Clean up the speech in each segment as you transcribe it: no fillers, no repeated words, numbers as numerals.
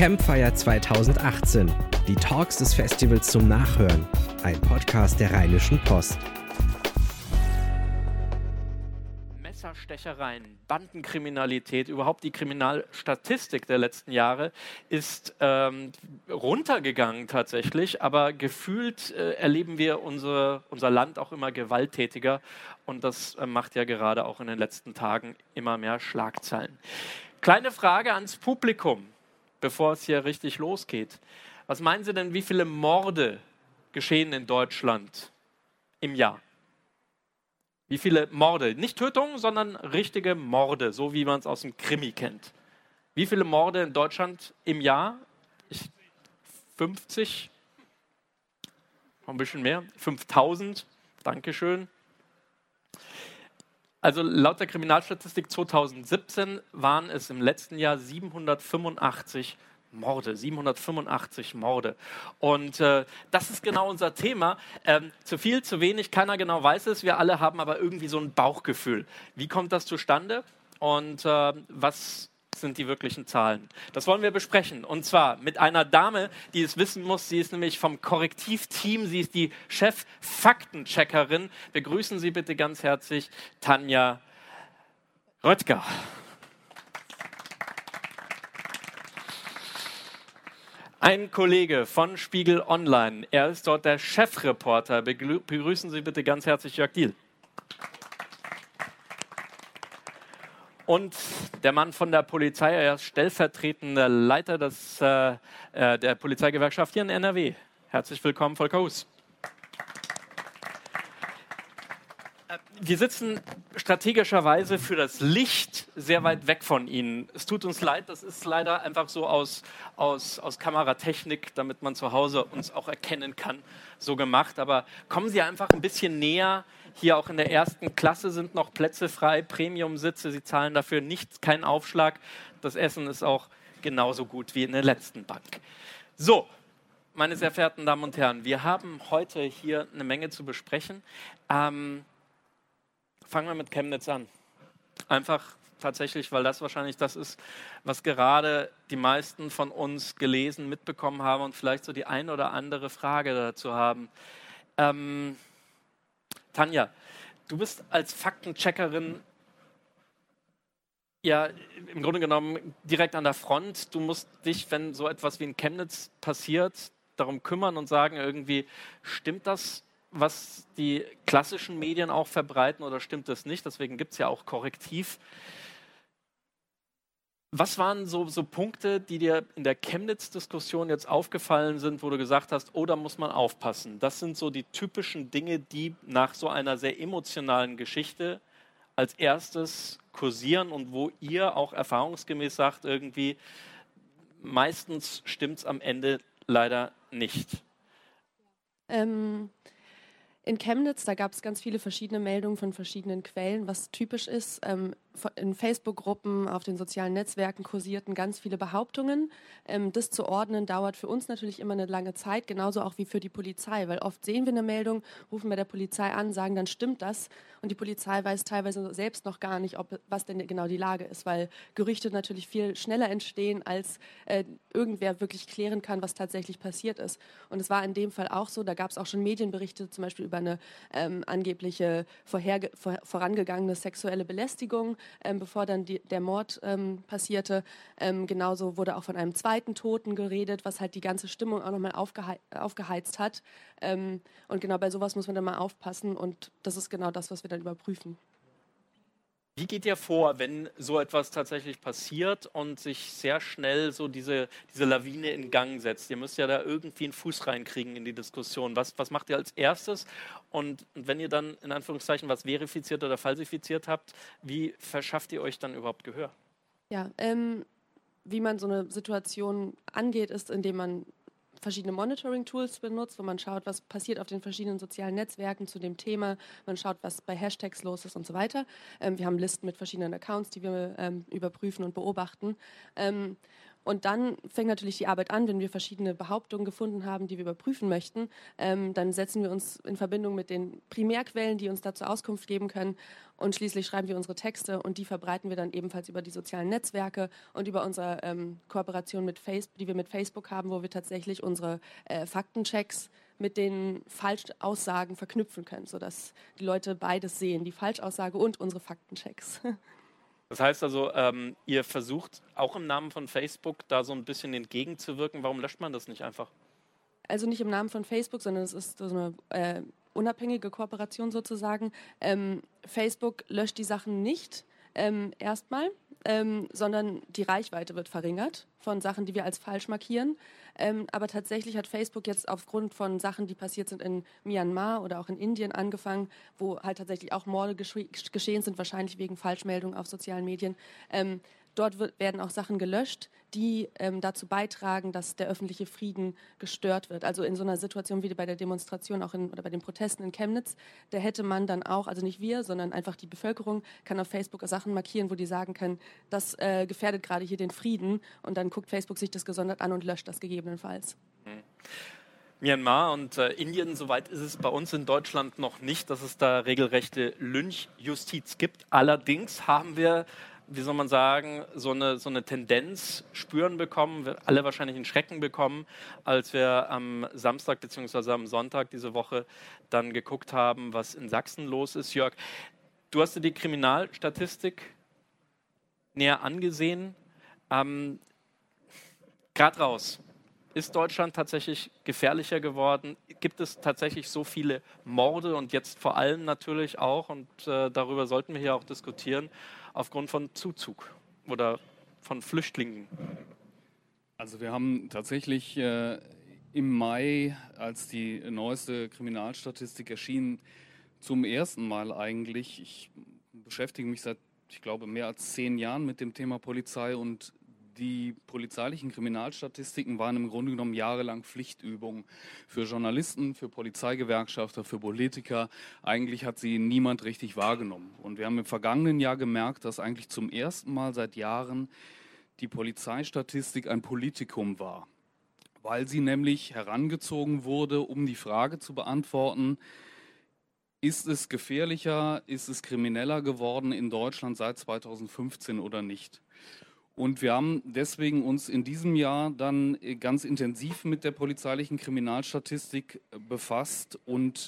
Campfire 2018. Die Talks des Festivals zum Nachhören. Ein Podcast der Rheinischen Post. Messerstechereien, Bandenkriminalität, überhaupt die Kriminalstatistik der letzten Jahre ist runtergegangen tatsächlich, aber gefühlt erleben wir unser Land auch immer gewalttätiger und das macht ja gerade auch in den letzten Tagen immer mehr Schlagzeilen. Kleine Frage ans Publikum, bevor es hier richtig losgeht. Was meinen Sie denn, wie viele Morde geschehen in Deutschland im Jahr? Wie viele Morde? Nicht Tötungen, sondern richtige Morde, so wie man es aus dem Krimi kennt. Wie viele Morde in Deutschland im Jahr? 50? Noch ein bisschen mehr? 5000? Dankeschön. Also laut der Kriminalstatistik 2017 waren es im letzten Jahr 785 Morde, 785 Morde. Und das ist genau unser Thema. Zu viel, zu wenig, keiner genau weiß es. Wir alle haben aber irgendwie so ein Bauchgefühl. Wie kommt das zustande und was sind die wirklichen Zahlen? Das wollen wir besprechen. Und zwar mit einer Dame, die es wissen muss. Sie ist nämlich vom Korrektivteam. Sie ist die Chef-Faktencheckerin. Begrüßen Sie bitte ganz herzlich Tanja Röttger. Ein Kollege von Spiegel Online. Er ist dort der Chefreporter. Begrüßen Sie bitte ganz herzlich Jörg Diehl. Und der Mann von der Polizei, er ist stellvertretender Leiter der Polizeigewerkschaft hier in NRW. Herzlich willkommen, Volker Hus. Wir sitzen strategischerweise für das Licht sehr weit weg von Ihnen. Es tut uns leid, das ist leider einfach so aus Kameratechnik, damit man zu Hause uns auch erkennen kann, so gemacht. Aber kommen Sie einfach ein bisschen näher. Hier auch in der ersten Klasse sind noch Plätze frei, Premium-Sitze. Sie zahlen dafür keinen Aufschlag. Das Essen ist auch genauso gut wie in der letzten Bank. So, meine sehr verehrten Damen und Herren, wir haben heute hier eine Menge zu besprechen. Fangen wir mit Chemnitz an. Einfach tatsächlich, weil das wahrscheinlich das ist, was gerade die meisten von uns gelesen, mitbekommen haben und vielleicht so die ein oder andere Frage dazu haben. Tanja, du bist als Faktencheckerin ja im Grunde genommen direkt an der Front. Du musst dich, wenn so etwas wie in Chemnitz passiert, darum kümmern und sagen irgendwie, stimmt das, was die klassischen Medien auch verbreiten oder stimmt das nicht? Deswegen gibt es ja auch Korrektiv. Was waren so Punkte, die dir in der Chemnitz-Diskussion jetzt aufgefallen sind, wo du gesagt hast, oh, da muss man aufpassen? Das sind so die typischen Dinge, die nach so einer sehr emotionalen Geschichte als erstes kursieren und wo ihr auch erfahrungsgemäß sagt, irgendwie, meistens stimmt es am Ende leider nicht. In Chemnitz, da gab es ganz viele verschiedene Meldungen von verschiedenen Quellen, was typisch ist. In Facebook-Gruppen, auf den sozialen Netzwerken kursierten ganz viele Behauptungen. Das zu ordnen dauert für uns natürlich immer eine lange Zeit, genauso auch wie für die Polizei, weil oft sehen wir eine Meldung, rufen wir der Polizei an, sagen, dann stimmt das und die Polizei weiß teilweise selbst noch gar nicht, was denn genau die Lage ist, weil Gerüchte natürlich viel schneller entstehen, als irgendwer wirklich klären kann, was tatsächlich passiert ist. Und es war in dem Fall auch so, da gab es auch schon Medienberichte, zum Beispiel über eine angebliche vorangegangene sexuelle Belästigung, bevor dann der Mord passierte. Genauso wurde auch von einem zweiten Toten geredet, was halt die ganze Stimmung auch nochmal aufgeheizt hat. Und genau bei sowas muss man dann mal aufpassen und das ist genau das, was wir dann überprüfen. Wie geht ihr vor, wenn so etwas tatsächlich passiert und sich sehr schnell so diese Lawine in Gang setzt? Ihr müsst ja da irgendwie einen Fuß reinkriegen in die Diskussion. Was macht ihr als erstes? Und wenn ihr dann in Anführungszeichen was verifiziert oder falsifiziert habt, wie verschafft ihr euch dann überhaupt Gehör? Ja, wie man so eine Situation angeht, ist, indem man verschiedene Monitoring-Tools benutzt, wo man schaut, was passiert auf den verschiedenen sozialen Netzwerken zu dem Thema, man schaut, was bei Hashtags los ist und so weiter. Wir haben Listen mit verschiedenen Accounts, die wir überprüfen und beobachten. Und dann fängt natürlich die Arbeit an, wenn wir verschiedene Behauptungen gefunden haben, die wir überprüfen möchten. Dann setzen wir uns in Verbindung mit den Primärquellen, die uns dazu Auskunft geben können. Und schließlich schreiben wir unsere Texte und die verbreiten wir dann ebenfalls über die sozialen Netzwerke und über unsere Kooperation mit Facebook, die wir mit Facebook haben, wo wir tatsächlich unsere Faktenchecks mit den Falschaussagen verknüpfen können, sodass die Leute beides sehen, die Falschaussage und unsere Faktenchecks. Das heißt also, ihr versucht auch im Namen von Facebook da so ein bisschen entgegenzuwirken. Warum löscht man das nicht einfach? Also nicht im Namen von Facebook, sondern es ist so eine unabhängige Kooperation sozusagen. Facebook löscht die Sachen nicht erstmal, sondern die Reichweite wird verringert von Sachen, die wir als falsch markieren. Aber tatsächlich hat Facebook jetzt aufgrund von Sachen, die passiert sind in Myanmar oder auch in Indien angefangen, wo halt tatsächlich auch Morde geschehen sind, wahrscheinlich wegen Falschmeldungen auf sozialen Medien. Dort werden auch Sachen gelöscht, die dazu beitragen, dass der öffentliche Frieden gestört wird. Also in so einer Situation wie bei der Demonstration oder bei den Protesten in Chemnitz, da hätte man dann auch, also nicht wir, sondern einfach die Bevölkerung, kann auf Facebook Sachen markieren, wo die sagen können, das gefährdet gerade hier den Frieden, und dann guckt Facebook sich das gesondert an und löscht das gegebenenfalls. Myanmar und Indien, soweit ist es bei uns in Deutschland noch nicht, dass es da regelrechte Lynchjustiz gibt. Allerdings haben wir, wie soll man sagen, so eine Tendenz spüren bekommen, wir alle wahrscheinlich einen Schrecken bekommen, als wir am Samstag bzw. am Sonntag diese Woche dann geguckt haben, was in Sachsen los ist. Jörg, du hast dir die Kriminalstatistik näher angesehen. Gerade raus. Ist Deutschland tatsächlich gefährlicher geworden? Gibt es tatsächlich so viele Morde und jetzt vor allem natürlich auch, und darüber sollten wir hier auch diskutieren, aufgrund von Zuzug oder von Flüchtlingen? Also wir haben tatsächlich im Mai, als die neueste Kriminalstatistik erschien, zum ersten Mal eigentlich, ich beschäftige mich seit, ich glaube, mehr als 10 Jahren mit dem Thema Polizei, und die polizeilichen Kriminalstatistiken waren im Grunde genommen jahrelang Pflichtübungen für Journalisten, für Polizeigewerkschafter, für Politiker. Eigentlich hat sie niemand richtig wahrgenommen. Und wir haben im vergangenen Jahr gemerkt, dass eigentlich zum ersten Mal seit Jahren die Polizeistatistik ein Politikum war, weil sie nämlich herangezogen wurde, um die Frage zu beantworten: Ist es gefährlicher, ist es krimineller geworden in Deutschland seit 2015 oder nicht? Und wir haben deswegen uns in diesem Jahr dann ganz intensiv mit der polizeilichen Kriminalstatistik befasst und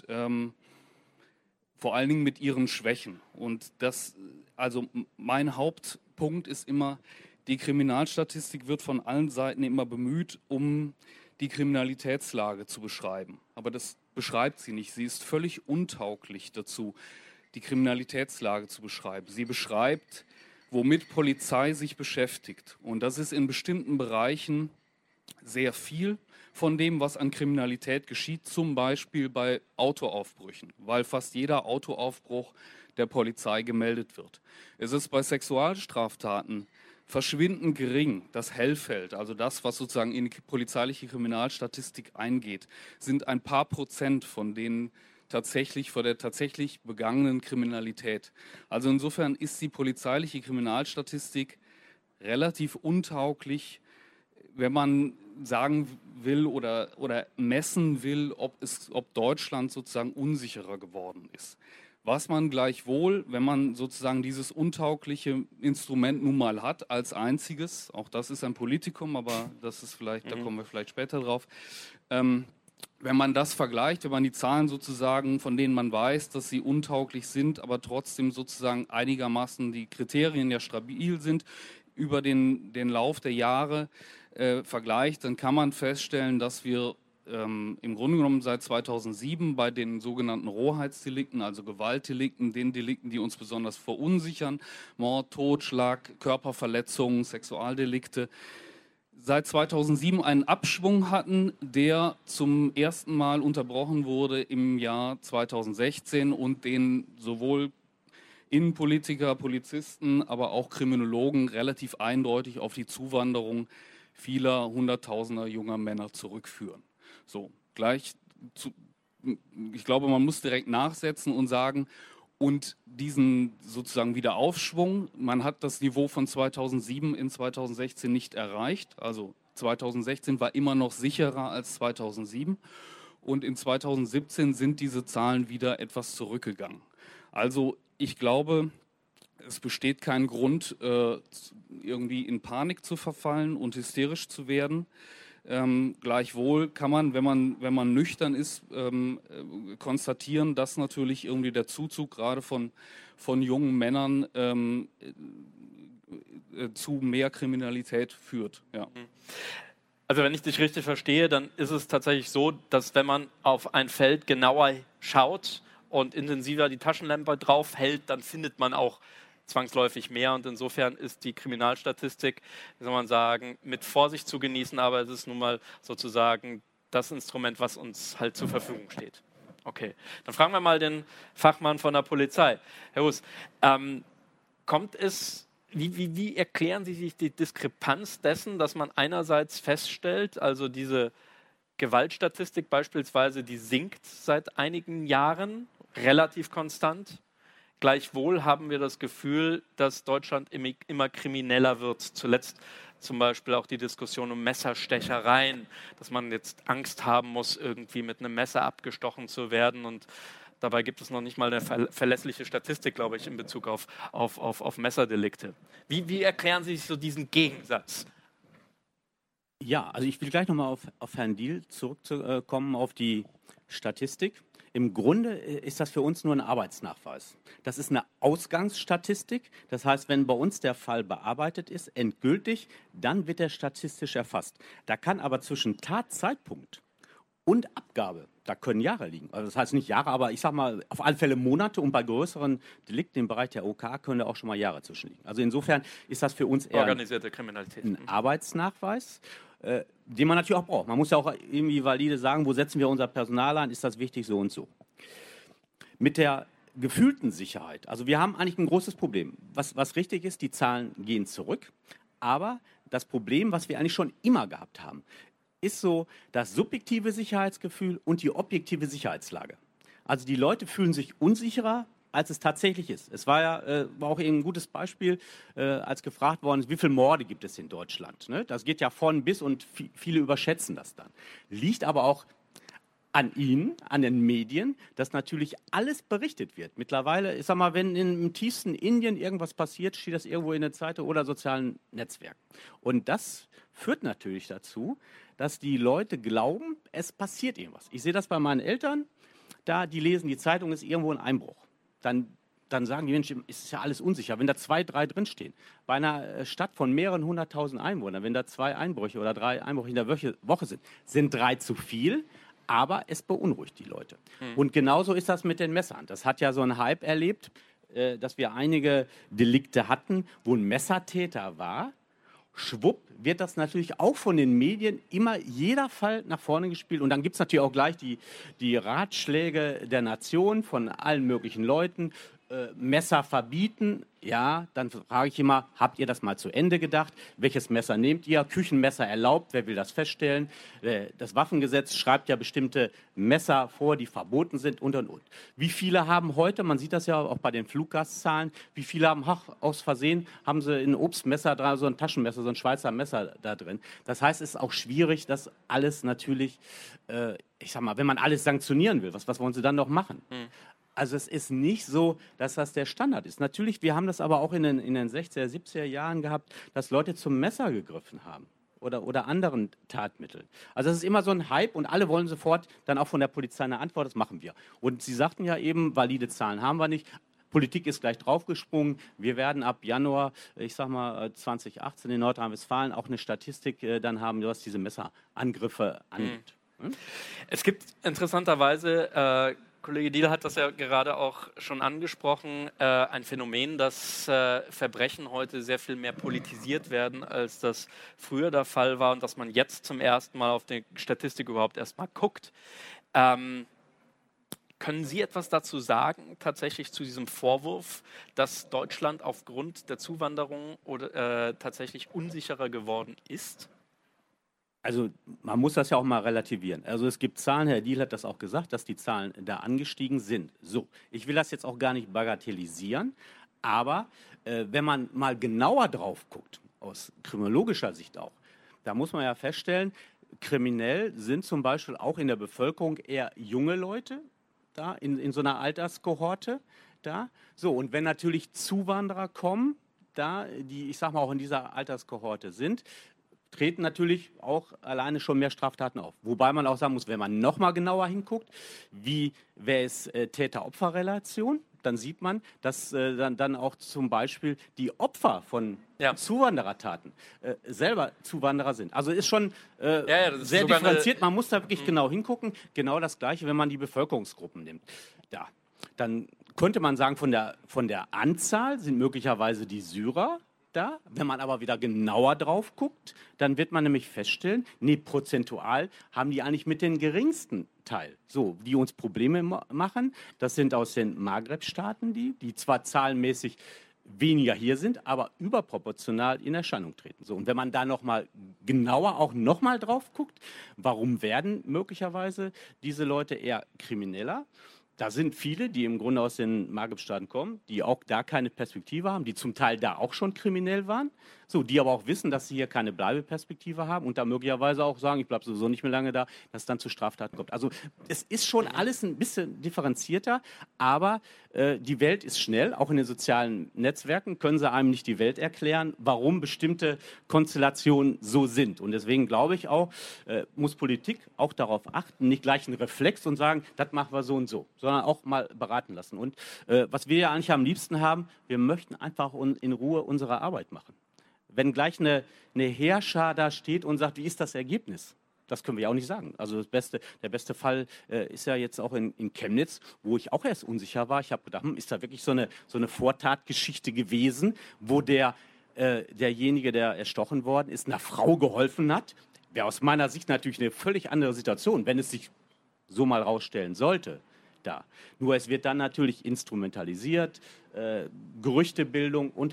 vor allen Dingen mit ihren Schwächen. Und also mein Hauptpunkt ist immer, die Kriminalstatistik wird von allen Seiten immer bemüht, um die Kriminalitätslage zu beschreiben. Aber das beschreibt sie nicht. Sie ist völlig untauglich dazu, die Kriminalitätslage zu beschreiben. Sie beschreibt, womit Polizei sich beschäftigt. Und das ist in bestimmten Bereichen sehr viel von dem, was an Kriminalität geschieht, zum Beispiel bei Autoaufbrüchen, weil fast jeder Autoaufbruch der Polizei gemeldet wird. Es ist bei Sexualstraftaten verschwindend gering. Das Hellfeld, also das, was sozusagen in die polizeiliche Kriminalstatistik eingeht, sind ein paar Prozent von den vor der tatsächlich begangenen Kriminalität. Also insofern ist die polizeiliche Kriminalstatistik relativ untauglich, wenn man sagen will oder messen will, ob Deutschland sozusagen unsicherer geworden ist. Was man gleichwohl, wenn man sozusagen dieses untaugliche Instrument nun mal hat als einziges, auch das ist ein Politikum, aber das ist vielleicht, da kommen wir vielleicht später drauf, wenn man das vergleicht, wenn man die Zahlen sozusagen, von denen man weiß, dass sie untauglich sind, aber trotzdem sozusagen einigermaßen die Kriterien ja stabil sind, über den Lauf der Jahre vergleicht, dann kann man feststellen, dass wir im Grunde genommen seit 2007 bei den sogenannten Rohheitsdelikten, also Gewaltdelikten, den Delikten, die uns besonders verunsichern, Mord, Totschlag, Körperverletzungen, Sexualdelikte, seit 2007 einen Abschwung hatten, der zum ersten Mal unterbrochen wurde im Jahr 2016 und den sowohl Innenpolitiker, Polizisten, aber auch Kriminologen relativ eindeutig auf die Zuwanderung vieler Hunderttausender junger Männer zurückführen. So, ich glaube, man muss direkt nachsetzen und sagen, Und diesen sozusagen Wiederaufschwung, man hat das Niveau von 2007 in 2016 nicht erreicht. Also 2016 war immer noch sicherer als 2007. Und in 2017 sind diese Zahlen wieder etwas zurückgegangen. Also ich glaube, es besteht kein Grund, irgendwie in Panik zu verfallen und hysterisch zu werden. Gleichwohl kann man, wenn man nüchtern ist, konstatieren, dass natürlich irgendwie der Zuzug gerade von jungen Männern zu mehr Kriminalität führt. Ja. Also wenn ich dich richtig verstehe, dann ist es tatsächlich so, dass wenn man auf ein Feld genauer schaut und intensiver die Taschenlampe drauf hält, dann findet man auch zwangsläufig mehr. Und insofern ist die Kriminalstatistik, wie soll man sagen, mit Vorsicht zu genießen, aber es ist nun mal sozusagen das Instrument, was uns halt zur Verfügung steht. Okay, dann fragen wir mal den Fachmann von der Polizei. Herr Hus, wie erklären Sie sich die Diskrepanz dessen, dass man einerseits feststellt, also diese Gewaltstatistik beispielsweise, die sinkt seit einigen Jahren relativ konstant. Gleichwohl haben wir das Gefühl, dass Deutschland immer krimineller wird. Zuletzt zum Beispiel auch die Diskussion um Messerstechereien, dass man jetzt Angst haben muss, irgendwie mit einem Messer abgestochen zu werden. Und dabei gibt es noch nicht mal eine verlässliche Statistik, glaube ich, in Bezug auf Messerdelikte. Wie erklären Sie sich so diesen Gegensatz? Ja, also ich will gleich nochmal auf Herrn Diehl zurückkommen, auf die Statistik. Im Grunde ist das für uns nur ein Arbeitsnachweis. Das ist eine Ausgangsstatistik. Das heißt, wenn bei uns der Fall bearbeitet ist, endgültig, dann wird er statistisch erfasst. Da kann aber zwischen Tatzeitpunkt und Abgabe, da können Jahre liegen. Also das heißt nicht Jahre, aber ich sage mal auf alle Fälle Monate, und bei größeren Delikten im Bereich der OK können da auch schon mal Jahre zwischenliegen. Also insofern ist das für uns eher organisierte Kriminalität. Ein Arbeitsnachweis, den man natürlich auch braucht. Man muss ja auch irgendwie valide sagen, wo setzen wir unser Personal ein, ist das wichtig, so und so. Mit der gefühlten Sicherheit, also wir haben eigentlich ein großes Problem. Was richtig ist, die Zahlen gehen zurück, aber das Problem, was wir eigentlich schon immer gehabt haben, ist so das subjektive Sicherheitsgefühl und die objektive Sicherheitslage. Also die Leute fühlen sich unsicherer, als es tatsächlich ist. Es war auch ein gutes Beispiel, als gefragt worden ist, wie viele Morde gibt es in Deutschland. Ne? Das geht ja von bis und viele überschätzen das dann. Liegt aber auch an Ihnen, an den Medien, dass natürlich alles berichtet wird. Mittlerweile, ich sag mal, wenn im tiefsten Indien irgendwas passiert, steht das irgendwo in der Zeitung oder sozialen Netzwerken. Und das führt natürlich dazu, dass die Leute glauben, es passiert irgendwas. Ich sehe das bei meinen Eltern, die lesen die Zeitung, ist irgendwo ein Einbruch. Dann sagen die Menschen, es ist ja alles unsicher. Wenn da 2, 3 drinstehen, bei einer Stadt von mehreren 100.000 Einwohnern, wenn da 2 Einbrüche oder 3 Einbrüche in der Woche sind 3 zu viel, aber es beunruhigt die Leute. Und genauso ist das mit den Messern. Das hat ja so einen Hype erlebt, dass wir einige Delikte hatten, wo ein Messertäter war. Schwupp wird das natürlich auch von den Medien immer jeder Fall nach vorne gespielt. Und dann gibt es natürlich auch gleich die Ratschläge der Nation von allen möglichen Leuten. Messer verbieten, ja, dann frage ich immer, habt ihr das mal zu Ende gedacht? Welches Messer nehmt ihr? Küchenmesser erlaubt, wer will das feststellen? Das Waffengesetz schreibt ja bestimmte Messer vor, die verboten sind und. Wie viele haben heute, man sieht das ja auch bei den Fluggaszahlen, wie viele haben, aus Versehen, haben sie ein Obstmesser dran, so ein Taschenmesser, so ein Schweizer Messer da drin. Das heißt, es ist auch schwierig, das alles natürlich, ich sag mal, wenn man alles sanktionieren will, was wollen sie dann noch machen? Also es ist nicht so, dass das der Standard ist. Natürlich, wir haben das aber auch in den 60er, 70er Jahren gehabt, dass Leute zum Messer gegriffen haben oder anderen Tatmitteln. Also es ist immer so ein Hype und alle wollen sofort dann auch von der Polizei eine Antwort, das machen wir. Und Sie sagten ja eben, valide Zahlen haben wir nicht. Politik ist gleich draufgesprungen. Wir werden ab Januar, ich sag mal 2018 in Nordrhein-Westfalen auch eine Statistik dann haben, was diese Messerangriffe angeht. Es gibt interessanterweise, Kollege Diehl hat das ja gerade auch schon angesprochen, ein Phänomen, dass Verbrechen heute sehr viel mehr politisiert werden, als das früher der Fall war und dass man jetzt zum ersten Mal auf die Statistik überhaupt erstmal guckt. Können Sie etwas dazu sagen, tatsächlich zu diesem Vorwurf, dass Deutschland aufgrund der Zuwanderung tatsächlich unsicherer geworden ist? Also man muss das ja auch mal relativieren. Also es gibt Zahlen, Herr Diehl hat das auch gesagt, dass die Zahlen da angestiegen sind. So, ich will das jetzt auch gar nicht bagatellisieren, aber wenn man mal genauer drauf guckt, aus kriminologischer Sicht auch, da muss man ja feststellen, kriminell sind zum Beispiel auch in der Bevölkerung eher junge Leute da, in so einer Alterskohorte da. So, und wenn natürlich Zuwanderer kommen, da, die, ich sag mal, auch in dieser Alterskohorte sind, treten natürlich auch alleine schon mehr Straftaten auf. Wobei man auch sagen muss, wenn man noch mal genauer hinguckt, wer ist Täter-Opfer-Relation, dann sieht man, dass dann auch zum Beispiel die Opfer von Zuwanderertaten selber Zuwanderer sind. Also ist schon sehr differenziert. Man muss da wirklich genau hingucken. Genau das Gleiche, wenn man die Bevölkerungsgruppen nimmt. Da. Dann könnte man sagen, von der Anzahl sind möglicherweise die Syrer da. Wenn man aber wieder genauer drauf guckt, dann wird man nämlich feststellen, nee, prozentual haben die eigentlich mit den geringsten Teil, so, die uns Probleme machen. Das sind aus den Maghreb-Staaten, die zwar zahlenmäßig weniger hier sind, aber überproportional in Erscheinung treten. So, und wenn man da nochmal genauer auch nochmal drauf guckt, warum werden möglicherweise diese Leute eher krimineller? Da sind viele, die im Grunde aus den Maghreb-Staaten kommen, die auch da keine Perspektive haben, die zum Teil da auch schon kriminell waren, so, die aber auch wissen, dass sie hier keine Bleibeperspektive haben und da möglicherweise auch sagen, ich bleibe sowieso nicht mehr lange da, dass es dann zu Straftaten kommt. Also es ist schon alles ein bisschen differenzierter, aber die Welt ist schnell, auch in den sozialen Netzwerken können sie einem nicht die Welt erklären, warum bestimmte Konstellationen so sind. Und deswegen glaube ich auch, muss Politik auch darauf achten, nicht gleich einen Reflex und sagen, das machen wir so und so, sondern auch mal beraten lassen. Und was wir ja eigentlich am liebsten haben, wir möchten einfach in Ruhe unsere Arbeit machen. Wenn gleich eine Heerschar da steht und sagt, wie ist das Ergebnis? Das können wir ja auch nicht sagen. Also der beste Fall ist ja jetzt auch in Chemnitz, wo ich auch erst unsicher war. Ich habe gedacht, ist da wirklich so eine Vortatgeschichte gewesen, wo derjenige, der erstochen worden ist, einer Frau geholfen hat? Wäre aus meiner Sicht natürlich eine völlig andere Situation, wenn es sich so mal rausstellen sollte. Da. Nur es wird dann natürlich instrumentalisiert, Gerüchtebildung und.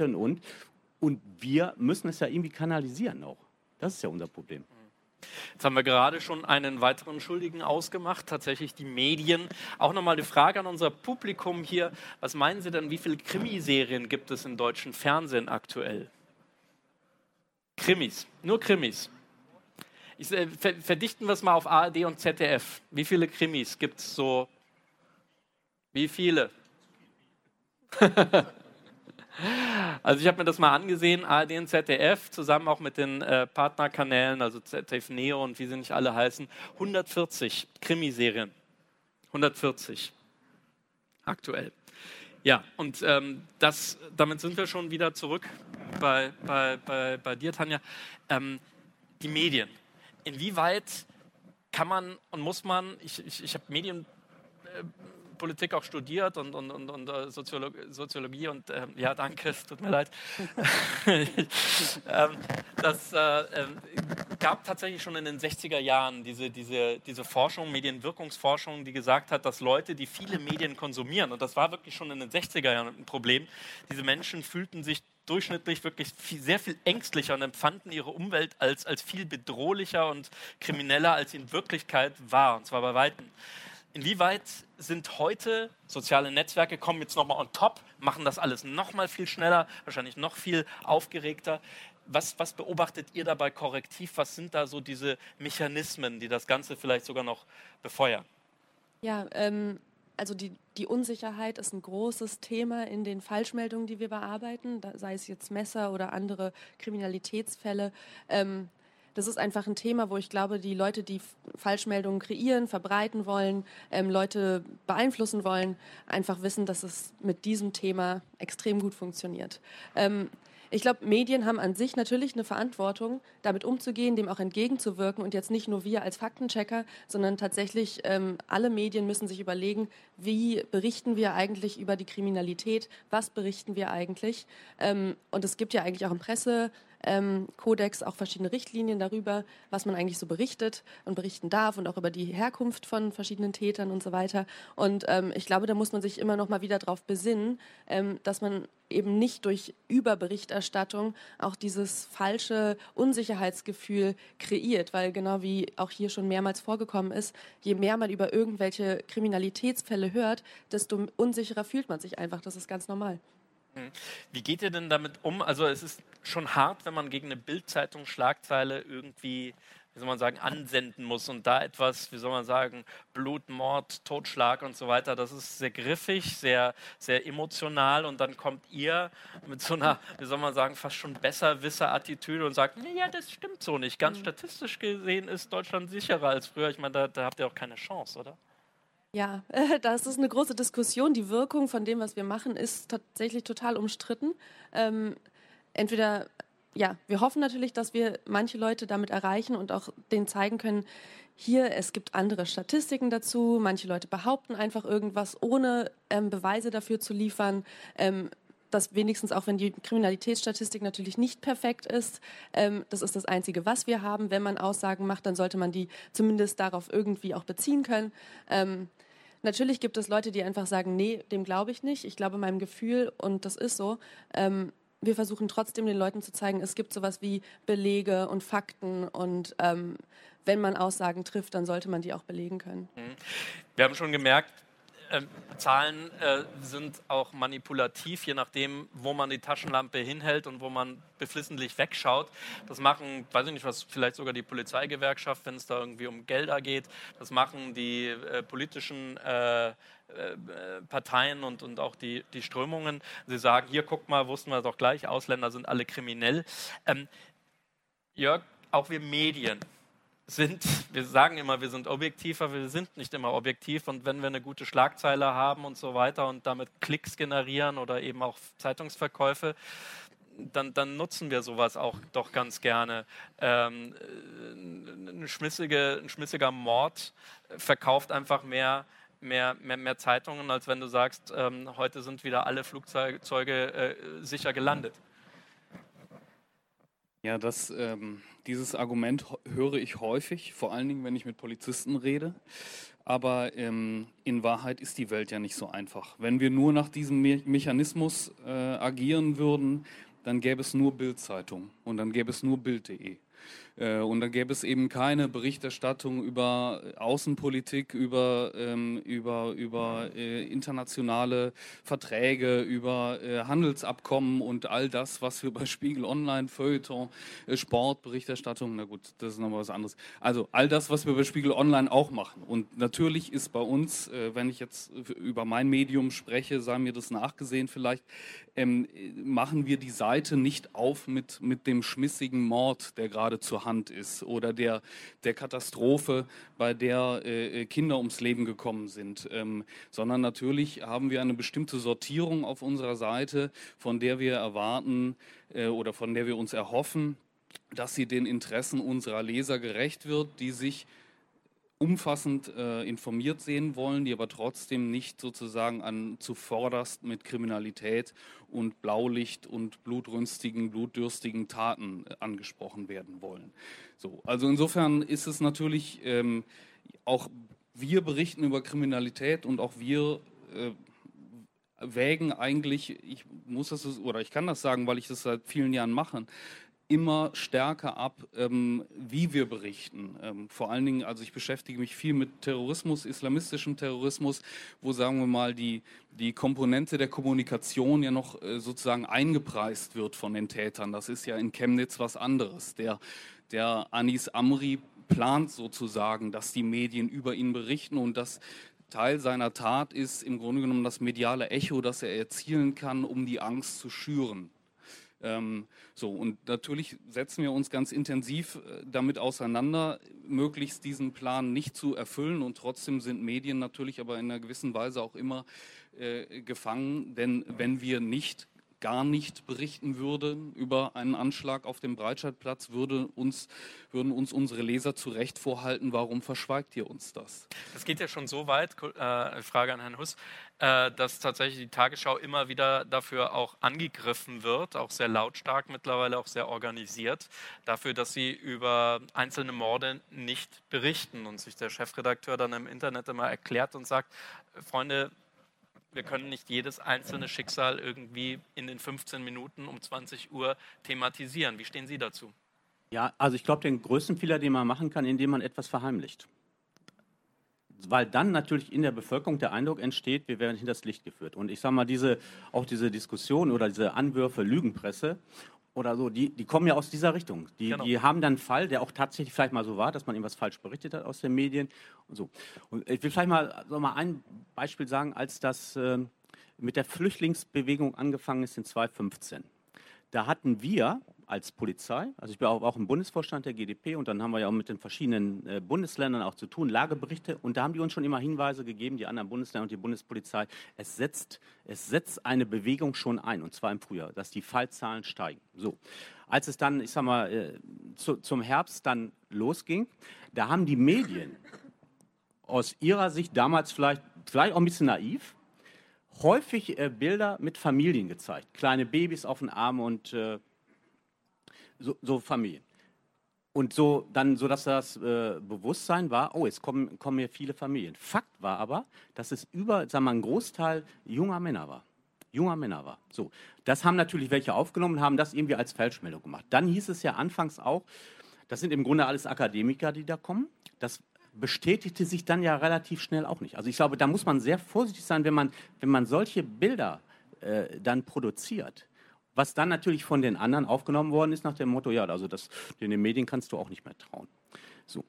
Und wir müssen es ja irgendwie kanalisieren auch. Das ist ja unser Problem. Jetzt haben wir gerade schon einen weiteren Schuldigen ausgemacht, tatsächlich die Medien. Auch nochmal die Frage an unser Publikum hier. Was meinen Sie denn, wie viele Krimiserien gibt es im deutschen Fernsehen aktuell? Krimis, nur Krimis. Verdichten wir es mal auf ARD und ZDF. Wie viele Krimis gibt es so? Wie viele? Also ich habe mir das mal angesehen, ARD und ZDF, zusammen auch mit den Partnerkanälen, also ZDF Neo und wie sie nicht alle heißen, 140 Krimiserien. 140 aktuell. Ja, und damit sind wir schon wieder zurück bei dir, Tanja. Die Medien. Inwieweit kann man und muss man, ich habe Medienpolitik auch studiert und Soziologie und ja, danke, es tut mir leid. Das gab tatsächlich schon in den 60er Jahren diese Forschung, Medienwirkungsforschung, die gesagt hat, dass Leute, die viele Medien konsumieren, und das war wirklich schon in den 60er Jahren ein Problem, diese Menschen fühlten sich durchschnittlich wirklich sehr viel ängstlicher und empfanden ihre Umwelt als viel bedrohlicher und krimineller, als sie in Wirklichkeit war, und zwar bei Weitem. Inwieweit sind heute soziale Netzwerke, kommen jetzt nochmal on top, machen das alles nochmal viel schneller, wahrscheinlich noch viel aufgeregter. Was beobachtet ihr dabei korrektiv? Was sind da so diese Mechanismen, die das Ganze vielleicht sogar noch befeuern? Ja, also die Unsicherheit ist ein großes Thema in den Falschmeldungen, die wir bearbeiten, sei es jetzt Messer oder andere Kriminalitätsfälle. Das ist einfach ein Thema, wo ich glaube, die Leute, die Falschmeldungen kreieren, verbreiten wollen, Leute beeinflussen wollen, einfach wissen, dass es mit diesem Thema extrem gut funktioniert. Ich glaube, Medien haben an sich natürlich eine Verantwortung, damit umzugehen, dem auch entgegenzuwirken und jetzt nicht nur wir als Faktenchecker, sondern tatsächlich alle Medien müssen sich überlegen, wie berichten wir eigentlich über die Kriminalität, was berichten wir eigentlich. Und es gibt ja eigentlich auch ein Kodex auch verschiedene Richtlinien darüber, was man eigentlich so berichtet und berichten darf und auch über die Herkunft von verschiedenen Tätern und so weiter. Und ich glaube, da muss man sich immer noch mal wieder darauf besinnen, dass man eben nicht durch Überberichterstattung auch dieses falsche Unsicherheitsgefühl kreiert, weil genau wie auch hier schon mehrmals vorgekommen ist, je mehr man über irgendwelche Kriminalitätsfälle hört, desto unsicherer fühlt man sich einfach. Das ist ganz normal. Wie geht ihr denn damit um? Also es ist schon hart, wenn man gegen eine Bild-Zeitung Schlagzeile irgendwie, wie soll man sagen, ansenden muss und da etwas, wie soll man sagen, Blut, Mord, Totschlag und so weiter, das ist sehr griffig, sehr, sehr emotional und dann kommt ihr mit so einer, wie soll man sagen, fast schon Besserwisser-Attitüde und sagt, nee, ja, das stimmt so nicht. Ganz statistisch gesehen ist Deutschland sicherer als früher. Ich meine, da habt ihr auch keine Chance, oder? Ja, das ist eine große Diskussion. Die Wirkung von dem, was wir machen, ist tatsächlich total umstritten. Entweder, ja, wir hoffen natürlich, dass wir manche Leute damit erreichen und auch denen zeigen können, hier, es gibt andere Statistiken dazu. Manche Leute behaupten einfach irgendwas, ohne Beweise dafür zu liefern. Das wenigstens auch, wenn die Kriminalitätsstatistik natürlich nicht perfekt ist. Das ist das Einzige, was wir haben. Wenn man Aussagen macht, dann sollte man die zumindest darauf irgendwie auch beziehen können. Natürlich gibt es Leute, die einfach sagen, nee, dem glaube ich nicht. Ich glaube meinem Gefühl und das ist so. Wir versuchen trotzdem den Leuten zu zeigen, es gibt sowas wie Belege und Fakten und wenn man Aussagen trifft, dann sollte man die auch belegen können. Wir haben schon gemerkt, Zahlen sind auch manipulativ, je nachdem, wo man die Taschenlampe hinhält und wo man beflissentlich wegschaut. Das machen, weiß ich nicht, was vielleicht sogar die Polizeigewerkschaft, wenn es da irgendwie um Gelder geht. Das machen die politischen Parteien und auch die Strömungen. Sie sagen, hier, guck mal, wussten wir doch gleich, Ausländer sind alle kriminell. Jörg, auch wir Medien wir sagen immer, wir sind objektiv, aber wir sind nicht immer objektiv. Und wenn wir eine gute Schlagzeile haben und so weiter und damit Klicks generieren oder eben auch Zeitungsverkäufe, dann nutzen wir sowas auch doch ganz gerne. Ein schmissiger Mord verkauft einfach mehr Zeitungen, als wenn du sagst, heute sind wieder alle Flugzeuge sicher gelandet. Ja, dieses Argument höre ich häufig, vor allen Dingen, wenn ich mit Polizisten rede. Aber in Wahrheit ist die Welt ja nicht so einfach. Wenn wir nur nach diesem Mechanismus agieren würden, dann gäbe es nur Bild-Zeitung und dann gäbe es nur Bild.de. Und dann gäbe es eben keine Berichterstattung über Außenpolitik, über internationale Verträge, über Handelsabkommen und all das, was wir bei Spiegel Online, Feuilleton, Sportberichterstattung, na gut, das ist nochmal was anderes. Also all das, was wir bei Spiegel Online auch machen. Und natürlich ist bei uns, wenn ich jetzt über mein Medium spreche, sei mir das nachgesehen vielleicht, machen wir die Seite nicht auf mit dem schmissigen Mord, der gerade zur Hand ist oder der Katastrophe, bei der Kinder ums Leben gekommen sind, sondern natürlich haben wir eine bestimmte Sortierung auf unserer Seite, von der wir erwarten oder von der wir uns erhoffen, dass sie den Interessen unserer Leser gerecht wird, die sich umfassend informiert sehen wollen, die aber trotzdem nicht sozusagen zuvorderst mit Kriminalität und Blaulicht und blutrünstigen, blutdürstigen Taten angesprochen werden wollen. So, also insofern ist es natürlich, auch wir berichten über Kriminalität und auch wir wägen eigentlich, ich kann das sagen, weil ich das seit vielen Jahren mache, immer stärker ab, wie wir berichten. Vor allen Dingen, also ich beschäftige mich viel mit Terrorismus, islamistischem Terrorismus, wo, sagen wir mal, die Komponente der Kommunikation ja noch sozusagen eingepreist wird von den Tätern. Das ist ja in Chemnitz was anderes. Der Anis Amri plant sozusagen, dass die Medien über ihn berichten und dass Teil seiner Tat ist im Grunde genommen das mediale Echo, das er erzielen kann, um die Angst zu schüren. Und natürlich setzen wir uns ganz intensiv damit auseinander, möglichst diesen Plan nicht zu erfüllen und trotzdem sind Medien natürlich aber in einer gewissen Weise auch immer gefangen, denn wenn wir nicht gar nicht berichten würde über einen Anschlag auf dem Breitscheidplatz, würden uns unsere Leser zu Recht vorhalten, warum verschweigt ihr uns das? Das geht ja schon so weit, Frage an Herrn Huss, dass tatsächlich die Tagesschau immer wieder dafür auch angegriffen wird, auch sehr lautstark mittlerweile, auch sehr organisiert, dafür, dass sie über einzelne Morde nicht berichten und sich der Chefredakteur dann im Internet immer erklärt und sagt, Freunde, wir können nicht jedes einzelne Schicksal irgendwie in den 15 Minuten um 20 Uhr thematisieren. Wie stehen Sie dazu? Ja, also ich glaube, den größten Fehler, den man machen kann, indem man etwas verheimlicht. Weil dann natürlich in der Bevölkerung der Eindruck entsteht, wir werden hinters Licht geführt. Und ich sage mal, diese Diskussion oder diese Anwürfe Lügenpresse oder so, die kommen ja aus dieser Richtung. Die haben dann einen Fall, der auch tatsächlich vielleicht mal so war, dass man irgendwas falsch berichtet hat aus den Medien und so. Und ich will vielleicht mal ein Beispiel sagen, als das mit der Flüchtlingsbewegung angefangen ist in 2015. Da hatten wir als Polizei, also ich bin auch im Bundesvorstand der GdP und dann haben wir ja auch mit den verschiedenen Bundesländern auch zu tun, Lageberichte, und da haben die uns schon immer Hinweise gegeben, die anderen Bundesländer und die Bundespolizei, es setzt eine Bewegung schon ein, und zwar im Frühjahr, dass die Fallzahlen steigen. So, als es dann, ich sag mal, zum Herbst dann losging, da haben die Medien aus ihrer Sicht damals vielleicht auch ein bisschen naiv, häufig Bilder mit Familien gezeigt, kleine Babys auf den Armen und so Familien. Und sodass das Bewusstsein war, oh, jetzt kommen hier viele Familien. Fakt war aber, dass es ein Großteil junger Männer war. So, das haben natürlich welche aufgenommen und haben das irgendwie als Falschmeldung gemacht. Dann hieß es ja anfangs auch, das sind im Grunde alles Akademiker, die da kommen. Das bestätigte sich dann ja relativ schnell auch nicht. Also ich glaube, da muss man sehr vorsichtig sein, wenn man solche Bilder dann produziert. Was dann natürlich von den anderen aufgenommen worden ist nach dem Motto, ja, also den Medien kannst du auch nicht mehr trauen. So,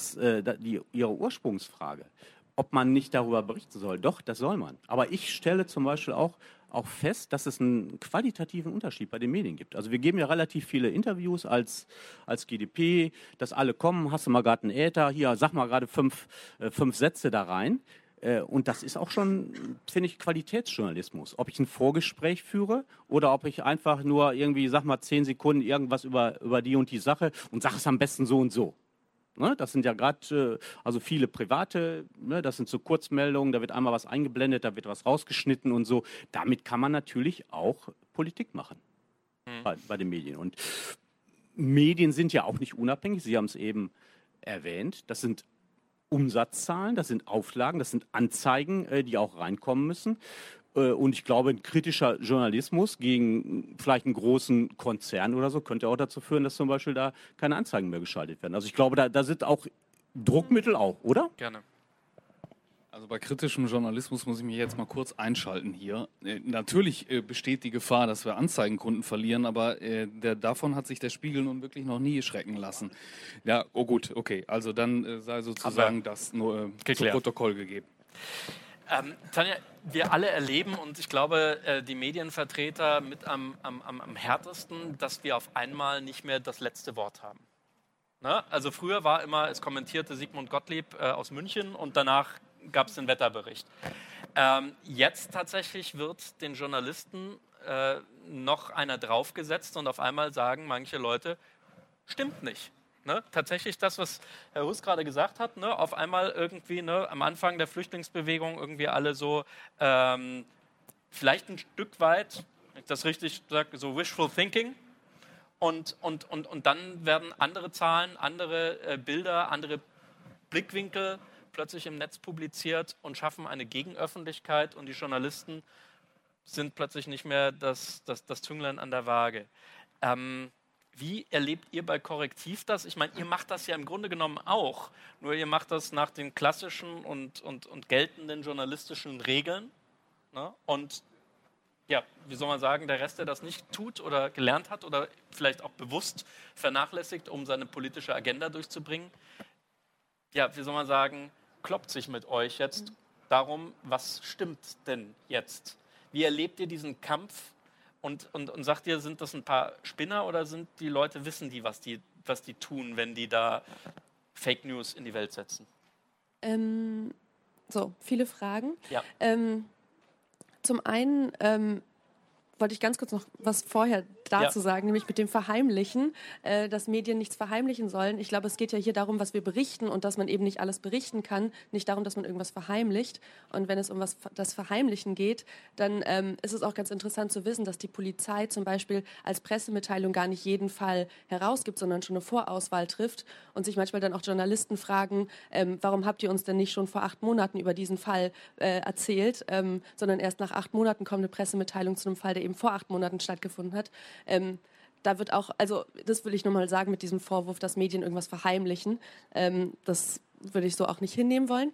ihre Ursprungsfrage, ob man nicht darüber berichten soll, doch, das soll man. Aber ich stelle zum Beispiel auch fest, dass es einen qualitativen Unterschied bei den Medien gibt. Also wir geben ja relativ viele Interviews als GdP, dass alle kommen, hast du mal gerade einen Äther, hier, sag mal gerade fünf Sätze da rein. Und das ist auch schon, finde ich, Qualitätsjournalismus. Ob ich ein Vorgespräch führe oder ob ich einfach nur irgendwie, 10 Sekunden irgendwas über die und die Sache und sage es am besten so und so. Ne? Das sind ja gerade viele private, ne? Das sind so Kurzmeldungen, da wird einmal was eingeblendet, da wird was rausgeschnitten und so. Damit kann man natürlich auch Politik machen bei den Medien. Und Medien sind ja auch nicht unabhängig, Sie haben es eben erwähnt, das sind Umsatzzahlen, das sind Auflagen, das sind Anzeigen, die auch reinkommen müssen. Und ich glaube, ein kritischer Journalismus gegen vielleicht einen großen Konzern oder so könnte auch dazu führen, dass zum Beispiel da keine Anzeigen mehr geschaltet werden. Also ich glaube, da sind auch Druckmittel auch, oder? Gerne. Also bei kritischem Journalismus muss ich mich jetzt mal kurz einschalten hier. Natürlich besteht die Gefahr, dass wir Anzeigenkunden verlieren, aber davon hat sich der Spiegel nun wirklich noch nie schrecken lassen. Ja, oh gut, okay. Also dann sei sozusagen das nur zu Protokoll gegeben. Tanja, wir alle erleben, und ich glaube, die Medienvertreter mit am härtesten, dass wir auf einmal nicht mehr das letzte Wort haben. Ne? Also früher war immer, es kommentierte Sigmund Gottlieb aus München und danach gab es den Wetterbericht. Jetzt tatsächlich wird den Journalisten noch einer draufgesetzt und auf einmal sagen manche Leute, stimmt nicht. Ne? Tatsächlich das, was Herr Huss gerade gesagt hat, ne? Auf einmal irgendwie am Anfang der Flüchtlingsbewegung irgendwie alle so vielleicht ein Stück weit, wenn ich das richtig sage, so wishful thinking. Und dann werden andere Zahlen, andere Bilder, andere Blickwinkel plötzlich im Netz publiziert und schaffen eine Gegenöffentlichkeit und die Journalisten sind plötzlich nicht mehr das Zünglein an der Waage. Wie erlebt ihr bei Korrektiv das? Ich meine, ihr macht das ja im Grunde genommen auch, nur ihr macht das nach den klassischen und geltenden journalistischen Regeln. Ne? Und ja, wie soll man sagen, der Rest, der das nicht tut oder gelernt hat oder vielleicht auch bewusst vernachlässigt, um seine politische Agenda durchzubringen, ja, wie soll man sagen, kloppt sich mit euch jetzt darum, was stimmt denn jetzt? Wie erlebt ihr diesen Kampf und sagt ihr, sind das ein paar Spinner oder sind die Leute, wissen die, was die tun, wenn die da Fake News in die Welt setzen? Viele Fragen. Ja. Zum einen wollte ich ganz kurz noch was vorher dazu sagen, nämlich mit dem Verheimlichen, dass Medien nichts verheimlichen sollen. Ich glaube, es geht ja hier darum, was wir berichten und dass man eben nicht alles berichten kann, nicht darum, dass man irgendwas verheimlicht. Und wenn es um das Verheimlichen geht, dann ist es auch ganz interessant zu wissen, dass die Polizei zum Beispiel als Pressemitteilung gar nicht jeden Fall herausgibt, sondern schon eine Vorauswahl trifft und sich manchmal dann auch Journalisten fragen, warum habt ihr uns denn nicht schon vor 8 Monaten über diesen Fall erzählt, sondern erst nach 8 Monaten kommt eine Pressemitteilung zu einem Fall, der eben vor 8 Monaten stattgefunden hat. Da wird auch, also das will ich nochmal sagen mit diesem Vorwurf, dass Medien irgendwas verheimlichen. Das würde ich so auch nicht hinnehmen wollen.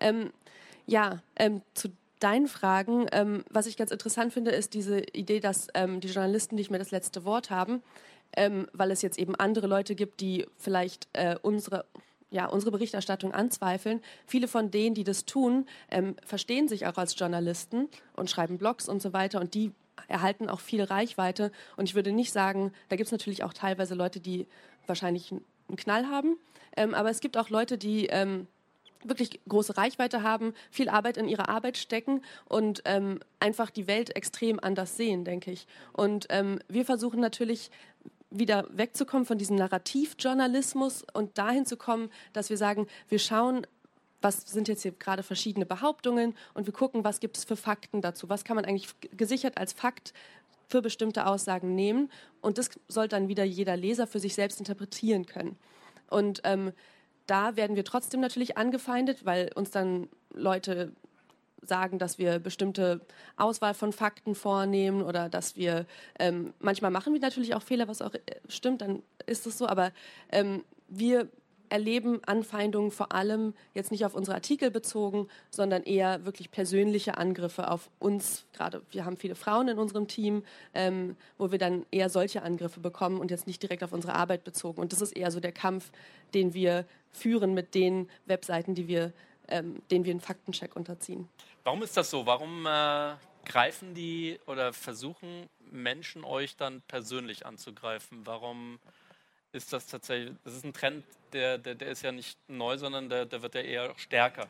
Zu deinen Fragen, was ich ganz interessant finde, ist diese Idee, dass die Journalisten nicht mehr das letzte Wort haben, weil es jetzt eben andere Leute gibt, die vielleicht unsere Berichterstattung anzweifeln. Viele von denen, die das tun, verstehen sich auch als Journalisten und schreiben Blogs und so weiter und die erhalten auch viel Reichweite. Und ich würde nicht sagen, da gibt es natürlich auch teilweise Leute, die wahrscheinlich einen Knall haben, aber es gibt auch Leute, die wirklich große Reichweite haben, viel Arbeit in ihre Arbeit stecken und einfach die Welt extrem anders sehen, denke ich. Und wir versuchen natürlich wieder wegzukommen von diesem Narrativjournalismus und dahin zu kommen, dass wir sagen, wir schauen, was sind jetzt hier gerade verschiedene Behauptungen und wir gucken, was gibt es für Fakten dazu, was kann man eigentlich gesichert als Fakt für bestimmte Aussagen nehmen und das soll dann wieder jeder Leser für sich selbst interpretieren können. Und da werden wir trotzdem natürlich angefeindet, weil uns dann Leute sagen, dass wir bestimmte Auswahl von Fakten vornehmen oder dass wir, manchmal machen wir natürlich auch Fehler, was auch stimmt, dann ist es so, aber wir erleben Anfeindungen vor allem jetzt nicht auf unsere Artikel bezogen, sondern eher wirklich persönliche Angriffe auf uns. Gerade wir haben viele Frauen in unserem Team, wo wir dann eher solche Angriffe bekommen und jetzt nicht direkt auf unsere Arbeit bezogen. Und das ist eher so der Kampf, den wir führen mit den Webseiten, denen wir einen Faktencheck unterziehen. Warum ist das so? Warum greifen die oder versuchen Menschen euch dann persönlich anzugreifen? Warum ist das tatsächlich, das ist ein Trend, der ist ja nicht neu, sondern der wird ja eher stärker.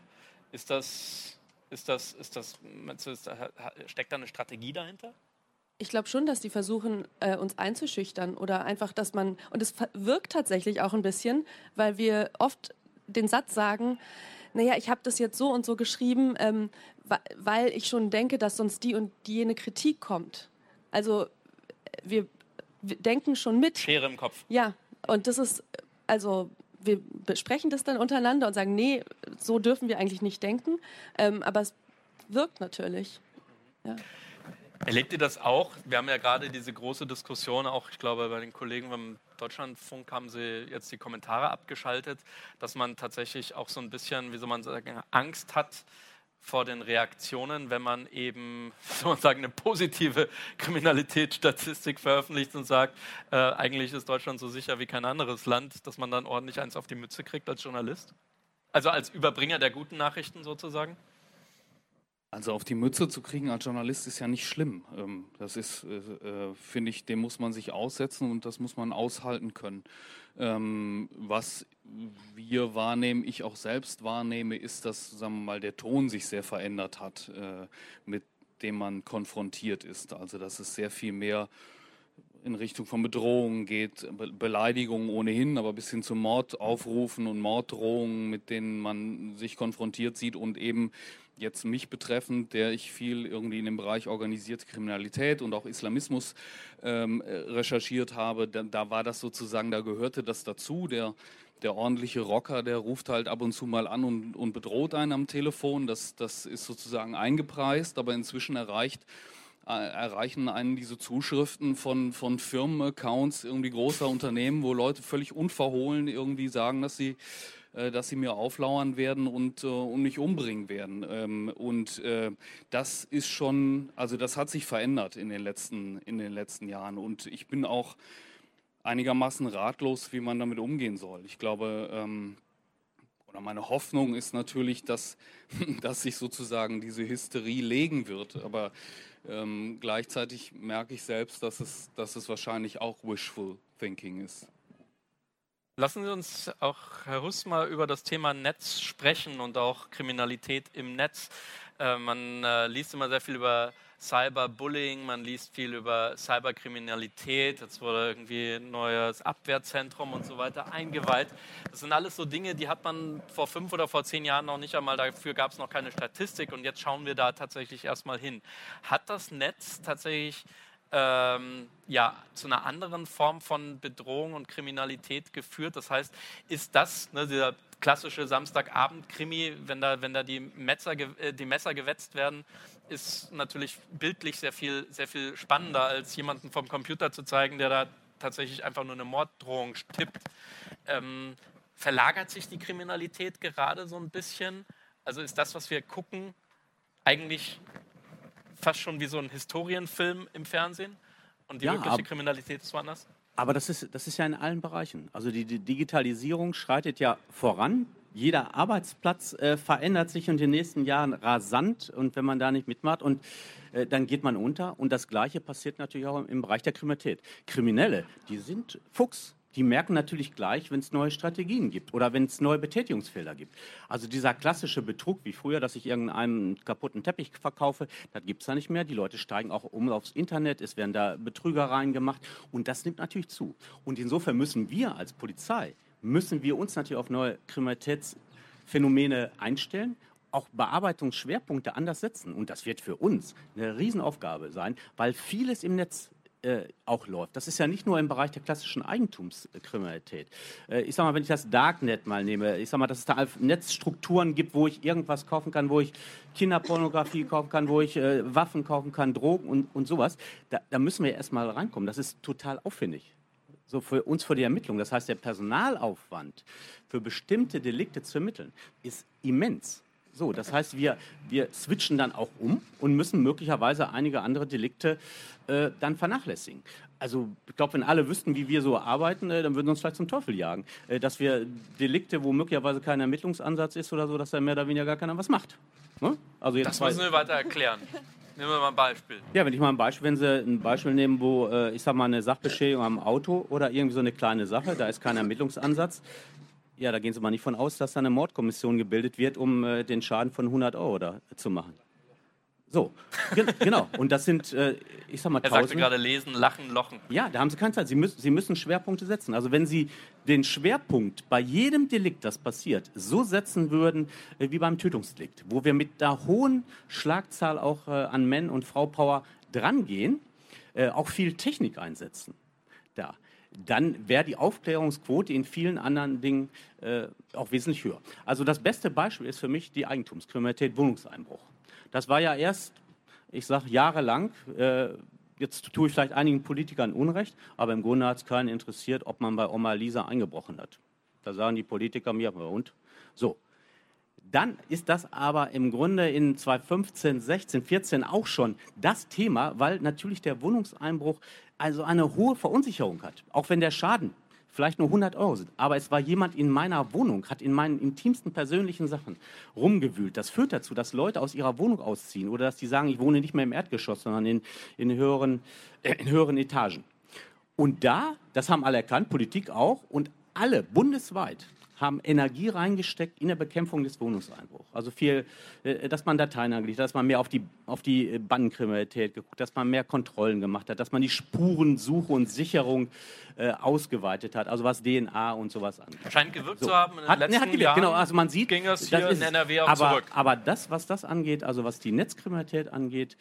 Steckt da eine Strategie dahinter? Ich glaube schon, dass die versuchen, uns einzuschüchtern oder einfach, dass man, und es wirkt tatsächlich auch ein bisschen, weil wir oft den Satz sagen, naja, ich habe das jetzt so und so geschrieben, weil ich schon denke, dass sonst die und jene Kritik kommt. Also wir denken schon mit. Schere im Kopf. Ja, und das ist, also wir besprechen das dann untereinander und sagen, nee, so dürfen wir eigentlich nicht denken, aber es wirkt natürlich. Ja. Erlebt ihr das auch? Wir haben ja gerade diese große Diskussion, auch ich glaube bei den Kollegen beim Deutschlandfunk haben sie jetzt die Kommentare abgeschaltet, dass man tatsächlich auch so ein bisschen, wie soll man sagen, Angst hat vor den Reaktionen, wenn man eben, wie soll man sagen, eine positive Kriminalitätsstatistik veröffentlicht und sagt, eigentlich ist Deutschland so sicher wie kein anderes Land, dass man dann ordentlich eins auf die Mütze kriegt als Journalist? Also als Überbringer der guten Nachrichten sozusagen? Also auf die Mütze zu kriegen als Journalist ist ja nicht schlimm. Das ist, finde ich, dem muss man sich aussetzen und das muss man aushalten können. Was wir wahrnehmen, ich auch selbst wahrnehme, ist, dass, sagen wir mal, der Ton sich sehr verändert hat, mit dem man konfrontiert ist. Also dass es sehr viel mehr in Richtung von Bedrohungen geht, Beleidigungen ohnehin, aber bis hin zu Mordaufrufen und Morddrohungen, mit denen man sich konfrontiert sieht und eben jetzt mich betreffend, der ich viel irgendwie in dem Bereich organisierte Kriminalität und auch Islamismus recherchiert habe, da war das sozusagen, da gehörte das dazu, der ordentliche Rocker, der ruft halt ab und zu mal an und bedroht einen am Telefon, das ist sozusagen eingepreist, aber inzwischen erreichen einen diese Zuschriften von Firmenaccounts irgendwie großer Unternehmen, wo Leute völlig unverhohlen irgendwie sagen, dass sie mir auflauern werden und mich umbringen werden. Das ist schon, also das hat sich verändert in den letzten Jahren und ich bin auch einigermaßen ratlos, wie man damit umgehen soll. Ich glaube, oder meine Hoffnung ist natürlich, dass sich sozusagen diese Hysterie legen wird, aber gleichzeitig merke ich selbst, dass es wahrscheinlich auch wishful thinking ist. Lassen Sie uns auch, Herr Huss, mal über das Thema Netz sprechen und auch Kriminalität im Netz. Man liest immer sehr viel über Cyberbullying, man liest viel über Cyberkriminalität, jetzt wurde irgendwie ein neues Abwehrzentrum und so weiter eingeweiht. Das sind alles so Dinge, die hat man vor 5 oder vor 10 Jahren noch nicht einmal, dafür gab es noch keine Statistik und jetzt schauen wir da tatsächlich erstmal hin. Hat das Netz tatsächlich zu einer anderen Form von Bedrohung und Kriminalität geführt? Das heißt, ist das, dieser klassische Samstagabend-Krimi, wenn da die Messer gewetzt werden, ist natürlich bildlich sehr viel spannender, als jemanden vom Computer zu zeigen, der da tatsächlich einfach nur eine Morddrohung tippt. Verlagert sich die Kriminalität gerade so ein bisschen? Also ist das, was wir gucken, eigentlich fast schon wie so ein Historienfilm im Fernsehen und die wirkliche Kriminalität ist woanders? Aber das ist ja in allen Bereichen. Also die Digitalisierung schreitet ja voran. Jeder Arbeitsplatz verändert sich in den nächsten Jahren rasant und wenn man da nicht mitmacht und dann geht man unter. Und das Gleiche passiert natürlich auch im Bereich der Kriminalität. Kriminelle, die sind Fuchs. Die merken natürlich gleich, wenn es neue Strategien gibt oder wenn es neue Betätigungsfelder gibt. Also dieser klassische Betrug wie früher, dass ich irgendeinen kaputten Teppich verkaufe, das gibt es da nicht mehr. Die Leute steigen auch aufs Internet, es werden da Betrügereien gemacht und das nimmt natürlich zu. Und insofern müssen wir als Polizei, uns natürlich auf neue Kriminalitätsphänomene einstellen, auch Bearbeitungsschwerpunkte anders setzen. Und das wird für uns eine Riesenaufgabe sein, weil vieles im Netz auch läuft. Das ist ja nicht nur im Bereich der klassischen Eigentumskriminalität. Ich sage mal, wenn ich das Darknet mal nehme, ich sage mal, dass es da Netzstrukturen gibt, wo ich irgendwas kaufen kann, wo ich Kinderpornografie kaufen kann, wo ich Waffen kaufen kann, Drogen und sowas. Da müssen wir erst mal reinkommen. Das ist total aufwendig. So für uns für die Ermittlung. Das heißt, der Personalaufwand für bestimmte Delikte zu ermitteln, ist immens. So, das heißt, wir switchen dann auch um und müssen möglicherweise einige andere Delikte dann vernachlässigen. Also ich glaube, wenn alle wüssten, wie wir so arbeiten, dann würden sie uns vielleicht zum Teufel jagen. Dass wir Delikte, wo möglicherweise kein Ermittlungsansatz ist oder so, dass da mehr oder weniger gar keiner was macht. Ne? Also jetzt das müssen wir weiter erklären. Nehmen wir mal ein Beispiel. Ja, wenn Sie ein Beispiel nehmen, wo, ich sag mal, eine Sachbeschädigung am Auto oder irgendwie so eine kleine Sache, da ist kein Ermittlungsansatz. Ja, da gehen Sie mal nicht von aus, dass da eine Mordkommission gebildet wird, um den Schaden von 100 € da zu machen. So, genau. Und das sind, ich sag mal, Er sagte gerade lesen, lachen, lochen. Ja, da haben Sie keine Zeit. Sie müssen Schwerpunkte setzen. Also wenn Sie den Schwerpunkt bei jedem Delikt, das passiert, so setzen würden wie beim Tötungsdelikt, wo wir mit der hohen Schlagzahl auch an Mann- und Frau-Power drangehen, auch viel Technik einsetzen, dann wäre die Aufklärungsquote in vielen anderen Dingen auch wesentlich höher. Also das beste Beispiel ist für mich die Eigentumskriminalität, Wohnungseinbruch. Das war ja erst, ich sage jahrelang, jetzt tue ich vielleicht einigen Politikern Unrecht, aber im Grunde hat es keinen interessiert, ob man bei Oma Lisa eingebrochen hat. Da sagen die Politiker mir, und? So. Dann ist das aber im Grunde in 2015, 16, 14 auch schon das Thema, weil natürlich der Wohnungseinbruch also eine hohe Verunsicherung hat. Auch wenn der Schaden vielleicht nur 100 € sind. Aber es war jemand in meiner Wohnung, hat in meinen intimsten persönlichen Sachen rumgewühlt. Das führt dazu, dass Leute aus ihrer Wohnung ausziehen oder dass die sagen, ich wohne nicht mehr im Erdgeschoss, sondern in höheren Etagen. Und das haben alle erkannt, Politik auch, und alle bundesweit haben Energie reingesteckt in der Bekämpfung des Wohnungseinbruchs. Also viel, dass man Dateien angelegt hat, dass man mehr auf die Bandenkriminalität geguckt hat, dass man mehr Kontrollen gemacht hat, dass man die Spurensuche und Sicherung ausgeweitet hat, also was DNA und sowas angeht. Scheint gewirkt zu haben in den letzten Jahren. Genau, also man sieht, ging es hier in NRW auch zurück. Aber was das angeht, also was die Netzkriminalität angeht,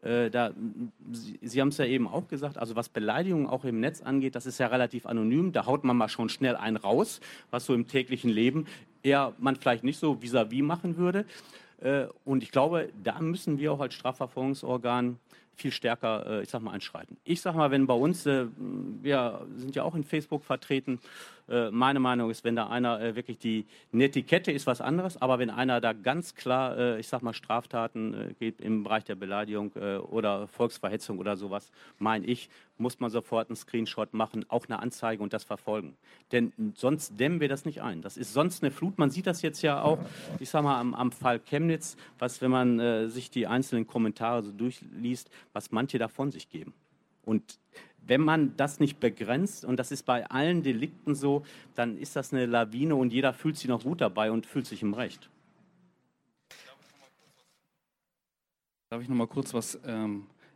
Sie haben es ja eben auch gesagt, also was Beleidigungen auch im Netz angeht, das ist ja relativ anonym, da haut man mal schon schnell einen raus, was so im täglichen Leben eher man vielleicht nicht so vis-à-vis machen würde. Und ich glaube, da müssen wir auch als Strafverfolgungsorgan viel stärker, ich sag mal, einschreiten. Ich sag mal, wenn bei uns, wir sind ja auch in Facebook vertreten, meine Meinung ist, wenn da einer wirklich die Netiquette ist was anderes, aber wenn einer da ganz klar, ich sag mal, Straftaten geht im Bereich der Beleidigung oder Volksverhetzung oder sowas, meine ich, muss man sofort einen Screenshot machen, auch eine Anzeige und das verfolgen. Denn sonst dämmen wir das nicht ein. Das ist sonst eine Flut. Man sieht das jetzt ja auch, ich sag mal, am Fall Chemnitz, was, wenn man sich die einzelnen Kommentare so durchliest, was manche davon sich geben. Und wenn man das nicht begrenzt, und das ist bei allen Delikten so, dann ist das eine Lawine und jeder fühlt sich noch gut dabei und fühlt sich im Recht. Darf ich noch mal kurz was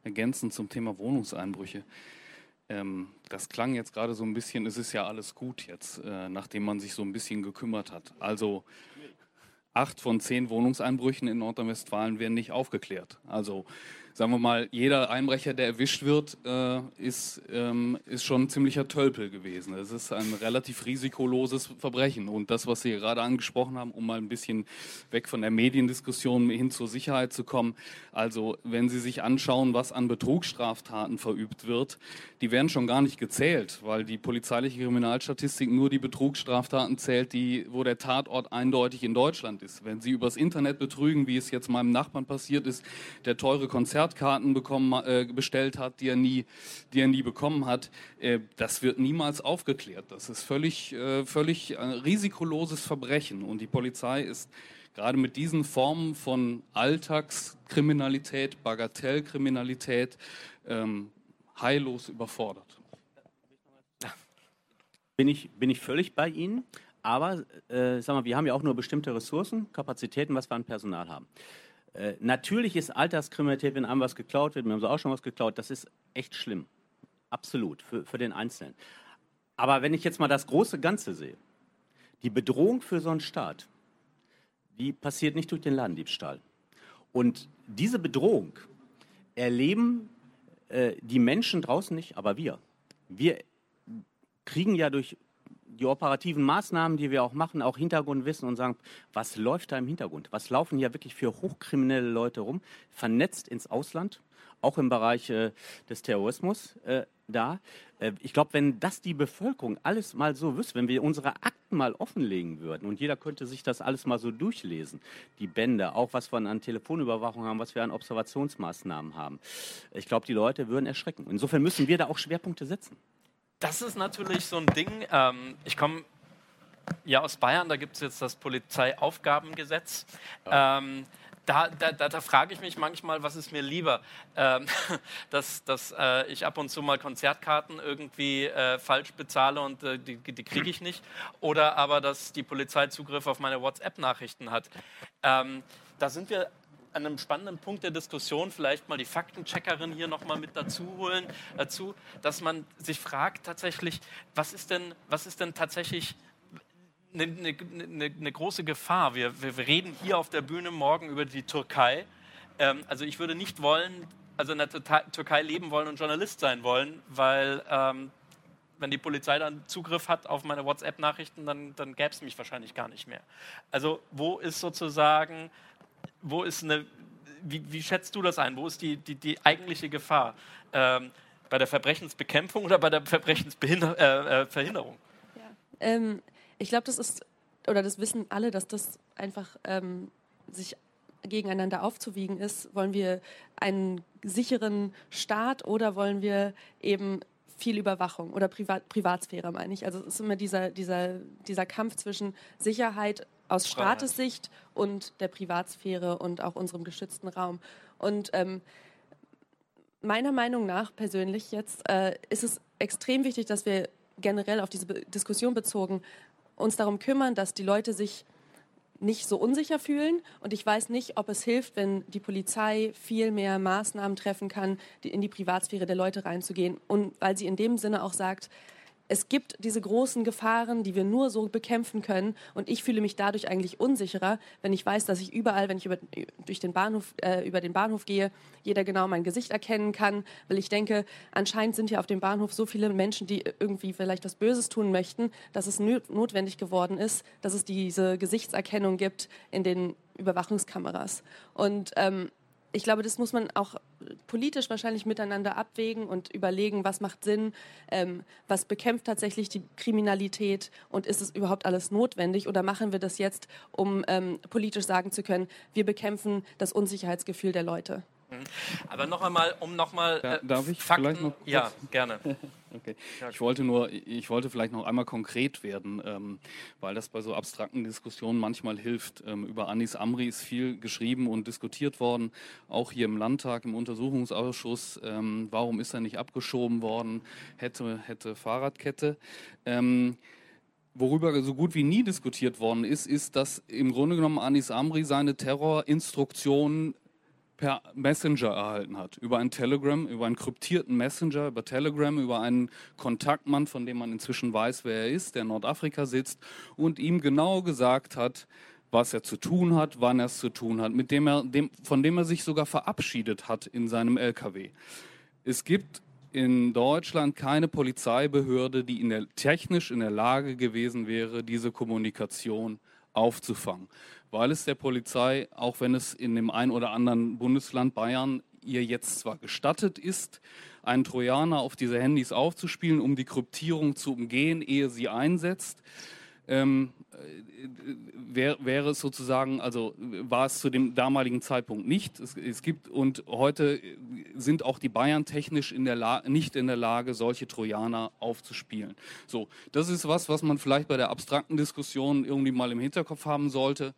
ergänzend zum Thema Wohnungseinbrüche. Das klang jetzt gerade so ein bisschen, es ist ja alles gut jetzt, nachdem man sich so ein bisschen gekümmert hat. Also 8 von 10 Wohnungseinbrüchen in Nordrhein-Westfalen werden nicht aufgeklärt. Also sagen wir mal, jeder Einbrecher, der erwischt wird, ist schon ein ziemlicher Tölpel gewesen. Es ist ein relativ risikoloses Verbrechen. Und das, was Sie gerade angesprochen haben, um mal ein bisschen weg von der Mediendiskussion hin zur Sicherheit zu kommen, also wenn Sie sich anschauen, was an Betrugsstraftaten verübt wird, die werden schon gar nicht gezählt, weil die polizeiliche Kriminalstatistik nur die Betrugsstraftaten zählt, wo der Tatort eindeutig in Deutschland ist. Wenn Sie übers Internet betrügen, wie es jetzt meinem Nachbarn passiert ist, der teure Konzertkarten bestellt hat, die er nie bekommen hat, das wird niemals aufgeklärt. Das ist völlig risikoloses Verbrechen. Und die Polizei ist gerade mit diesen Formen von Alltagskriminalität, Bagatellkriminalität heillos überfordert. Bin ich völlig bei Ihnen, aber sag mal, wir haben ja auch nur bestimmte Ressourcen, Kapazitäten, was wir an Personal haben. Natürlich ist Alltagskriminalität, wenn einem was geklaut wird, wir haben so auch schon was geklaut, das ist echt schlimm. Absolut, für den Einzelnen. Aber wenn ich jetzt mal das große Ganze sehe, die Bedrohung für so einen Staat, die passiert nicht durch den Ladendiebstahl. Und diese Bedrohung erleben die Menschen draußen nicht, aber wir. Wir kriegen ja durch die operativen Maßnahmen, die wir auch machen, auch Hintergrundwissen und sagen, was läuft da im Hintergrund? Was laufen hier wirklich für hochkriminelle Leute rum, vernetzt ins Ausland, auch im Bereich des Terrorismus da. Ich glaube, wenn das die Bevölkerung alles mal so wüsste, wenn wir unsere Akten mal offenlegen würden und jeder könnte sich das alles mal so durchlesen, die Bände, auch was wir an Telefonüberwachung haben, was wir an Observationsmaßnahmen haben. Ich glaube, die Leute würden erschrecken. Insofern müssen wir da auch Schwerpunkte setzen. Das ist natürlich so ein Ding. Ich komme ja aus Bayern, da gibt es jetzt das Polizeiaufgabengesetz. Ja. Da frage ich mich manchmal, was ist mir lieber, dass ich ab und zu mal Konzertkarten irgendwie falsch bezahle und die kriege ich nicht, oder aber, dass die Polizei Zugriff auf meine WhatsApp-Nachrichten hat. Da sind wir an einem spannenden Punkt der Diskussion, vielleicht mal die Faktencheckerin hier nochmal mit dazu, dass man sich fragt tatsächlich, was ist denn tatsächlich eine große Gefahr? Wir reden hier auf der Bühne morgen über die Türkei. Also ich würde nicht wollen, also in der Türkei leben wollen und Journalist sein wollen, weil wenn die Polizei dann Zugriff hat auf meine WhatsApp-Nachrichten, dann gäbe es mich wahrscheinlich gar nicht mehr. Also wo ist sozusagen, wie schätzt du das ein? Wo ist die eigentliche Gefahr? Bei der Verbrechensbekämpfung oder bei der Verbrechensverhinderung? Ja. Ich glaube, das wissen alle, dass das einfach sich gegeneinander aufzuwiegen ist. Wollen wir einen sicheren Staat oder wollen wir eben viel Überwachung oder Privatsphäre, meine ich. Also es ist immer dieser Kampf zwischen Sicherheit aus Staatessicht und der Privatsphäre und auch unserem geschützten Raum. Und meiner Meinung nach persönlich jetzt ist es extrem wichtig, dass wir generell auf diese Diskussion bezogen uns darum kümmern, dass die Leute sich nicht so unsicher fühlen. Und ich weiß nicht, ob es hilft, wenn die Polizei viel mehr Maßnahmen treffen kann, in die Privatsphäre der Leute reinzugehen. Und weil sie in dem Sinne auch sagt, es gibt diese großen Gefahren, die wir nur so bekämpfen können. Und ich fühle mich dadurch eigentlich unsicherer, wenn ich weiß, dass ich überall, wenn ich über den Bahnhof gehe, jeder genau mein Gesicht erkennen kann. Weil ich denke, anscheinend sind hier auf dem Bahnhof so viele Menschen, die irgendwie vielleicht was Böses tun möchten, dass es notwendig geworden ist, dass es diese Gesichtserkennung gibt in den Überwachungskameras. Und ich glaube, das muss man auch politisch wahrscheinlich miteinander abwägen und überlegen, was macht Sinn, was bekämpft tatsächlich die Kriminalität und ist es überhaupt alles notwendig oder machen wir das jetzt, um politisch sagen zu können, wir bekämpfen das Unsicherheitsgefühl der Leute. Aber noch einmal, darf ich Fakten... vielleicht noch kurz? Ja, gerne. Okay. Ich wollte vielleicht noch einmal konkret werden, weil das bei so abstrakten Diskussionen manchmal hilft. Über Anis Amri ist viel geschrieben und diskutiert worden, auch hier im Landtag, im Untersuchungsausschuss. Warum ist er nicht abgeschoben worden? Hätte Fahrradkette. Worüber so gut wie nie diskutiert worden ist, dass im Grunde genommen Anis Amri seine Terrorinstruktionen per Messenger erhalten hat. Über ein Telegram, über einen kryptierten Messenger, über Telegram, über einen Kontaktmann, von dem man inzwischen weiß, wer er ist, der in Nordafrika sitzt und ihm genau gesagt hat, was er zu tun hat, wann er es zu tun hat, von dem er sich sogar verabschiedet hat in seinem LKW. Es gibt in Deutschland keine Polizeibehörde, die technisch in der Lage gewesen wäre, diese Kommunikation aufzufangen. Weil es der Polizei, auch wenn es in dem ein oder anderen Bundesland Bayern ihr jetzt zwar gestattet ist, einen Trojaner auf diese Handys aufzuspielen, um die Kryptierung zu umgehen, ehe sie einsetzt, wäre es sozusagen, also war es zu dem damaligen Zeitpunkt nicht. Es gibt und heute sind auch die Bayern technisch nicht in der Lage, solche Trojaner aufzuspielen. So, das ist was man vielleicht bei der abstrakten Diskussion irgendwie mal im Hinterkopf haben sollte.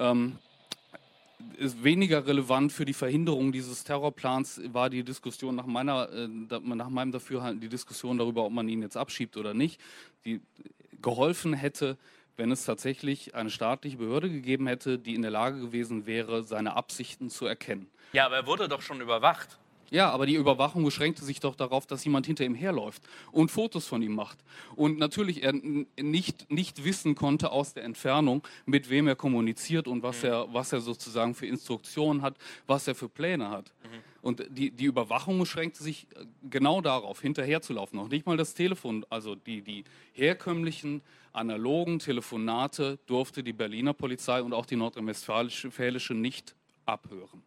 Ist weniger relevant für die Verhinderung dieses Terrorplans war die Diskussion nach meinem Dafürhalten die Diskussion darüber, ob man ihn jetzt abschiebt oder nicht, die geholfen hätte, wenn es tatsächlich eine staatliche Behörde gegeben hätte, die in der Lage gewesen wäre, seine Absichten zu erkennen. Ja, aber er wurde doch schon überwacht. Ja, aber die Überwachung beschränkte sich doch darauf, dass jemand hinter ihm herläuft und Fotos von ihm macht. Und natürlich er nicht wissen konnte aus der Entfernung, mit wem er kommuniziert und was er sozusagen für Instruktionen hat, was er für Pläne hat. Und die Überwachung beschränkte sich genau darauf, hinterherzulaufen. Noch nicht mal das Telefon, also die herkömmlichen analogen Telefonate durfte die Berliner Polizei und auch die nordrhein-westfälische nicht abhören.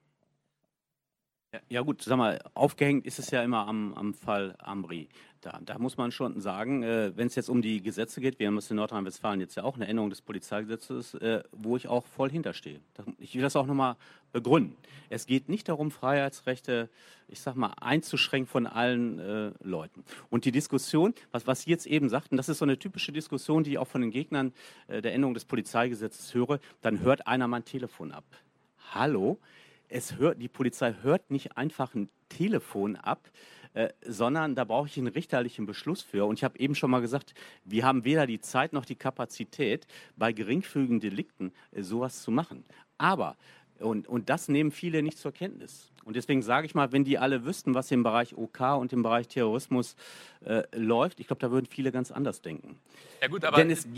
Ja gut, sag mal, aufgehängt ist es ja immer am Fall Ambri. Da muss man schon sagen, wenn es jetzt um die Gesetze geht, wir haben es in Nordrhein-Westfalen jetzt ja auch eine Änderung des Polizeigesetzes, wo ich auch voll hinterstehe. Ich will das auch nochmal begründen. Es geht nicht darum, Freiheitsrechte, ich sag mal, einzuschränken von allen Leuten. Und die Diskussion, was Sie jetzt eben sagten, das ist so eine typische Diskussion, die ich auch von den Gegnern der Änderung des Polizeigesetzes höre, dann hört einer mein Telefon ab. Hallo? Die Polizei hört nicht einfach ein Telefon ab, sondern da brauche ich einen richterlichen Beschluss für. Und ich habe eben schon mal gesagt, wir haben weder die Zeit noch die Kapazität, bei geringfügigen Delikten sowas zu machen. Aber, und das nehmen viele nicht zur Kenntnis. Und deswegen sage ich mal, wenn die alle wüssten, was im Bereich OK und im Bereich Terrorismus läuft, ich glaube, da würden viele ganz anders denken. Ja gut, aber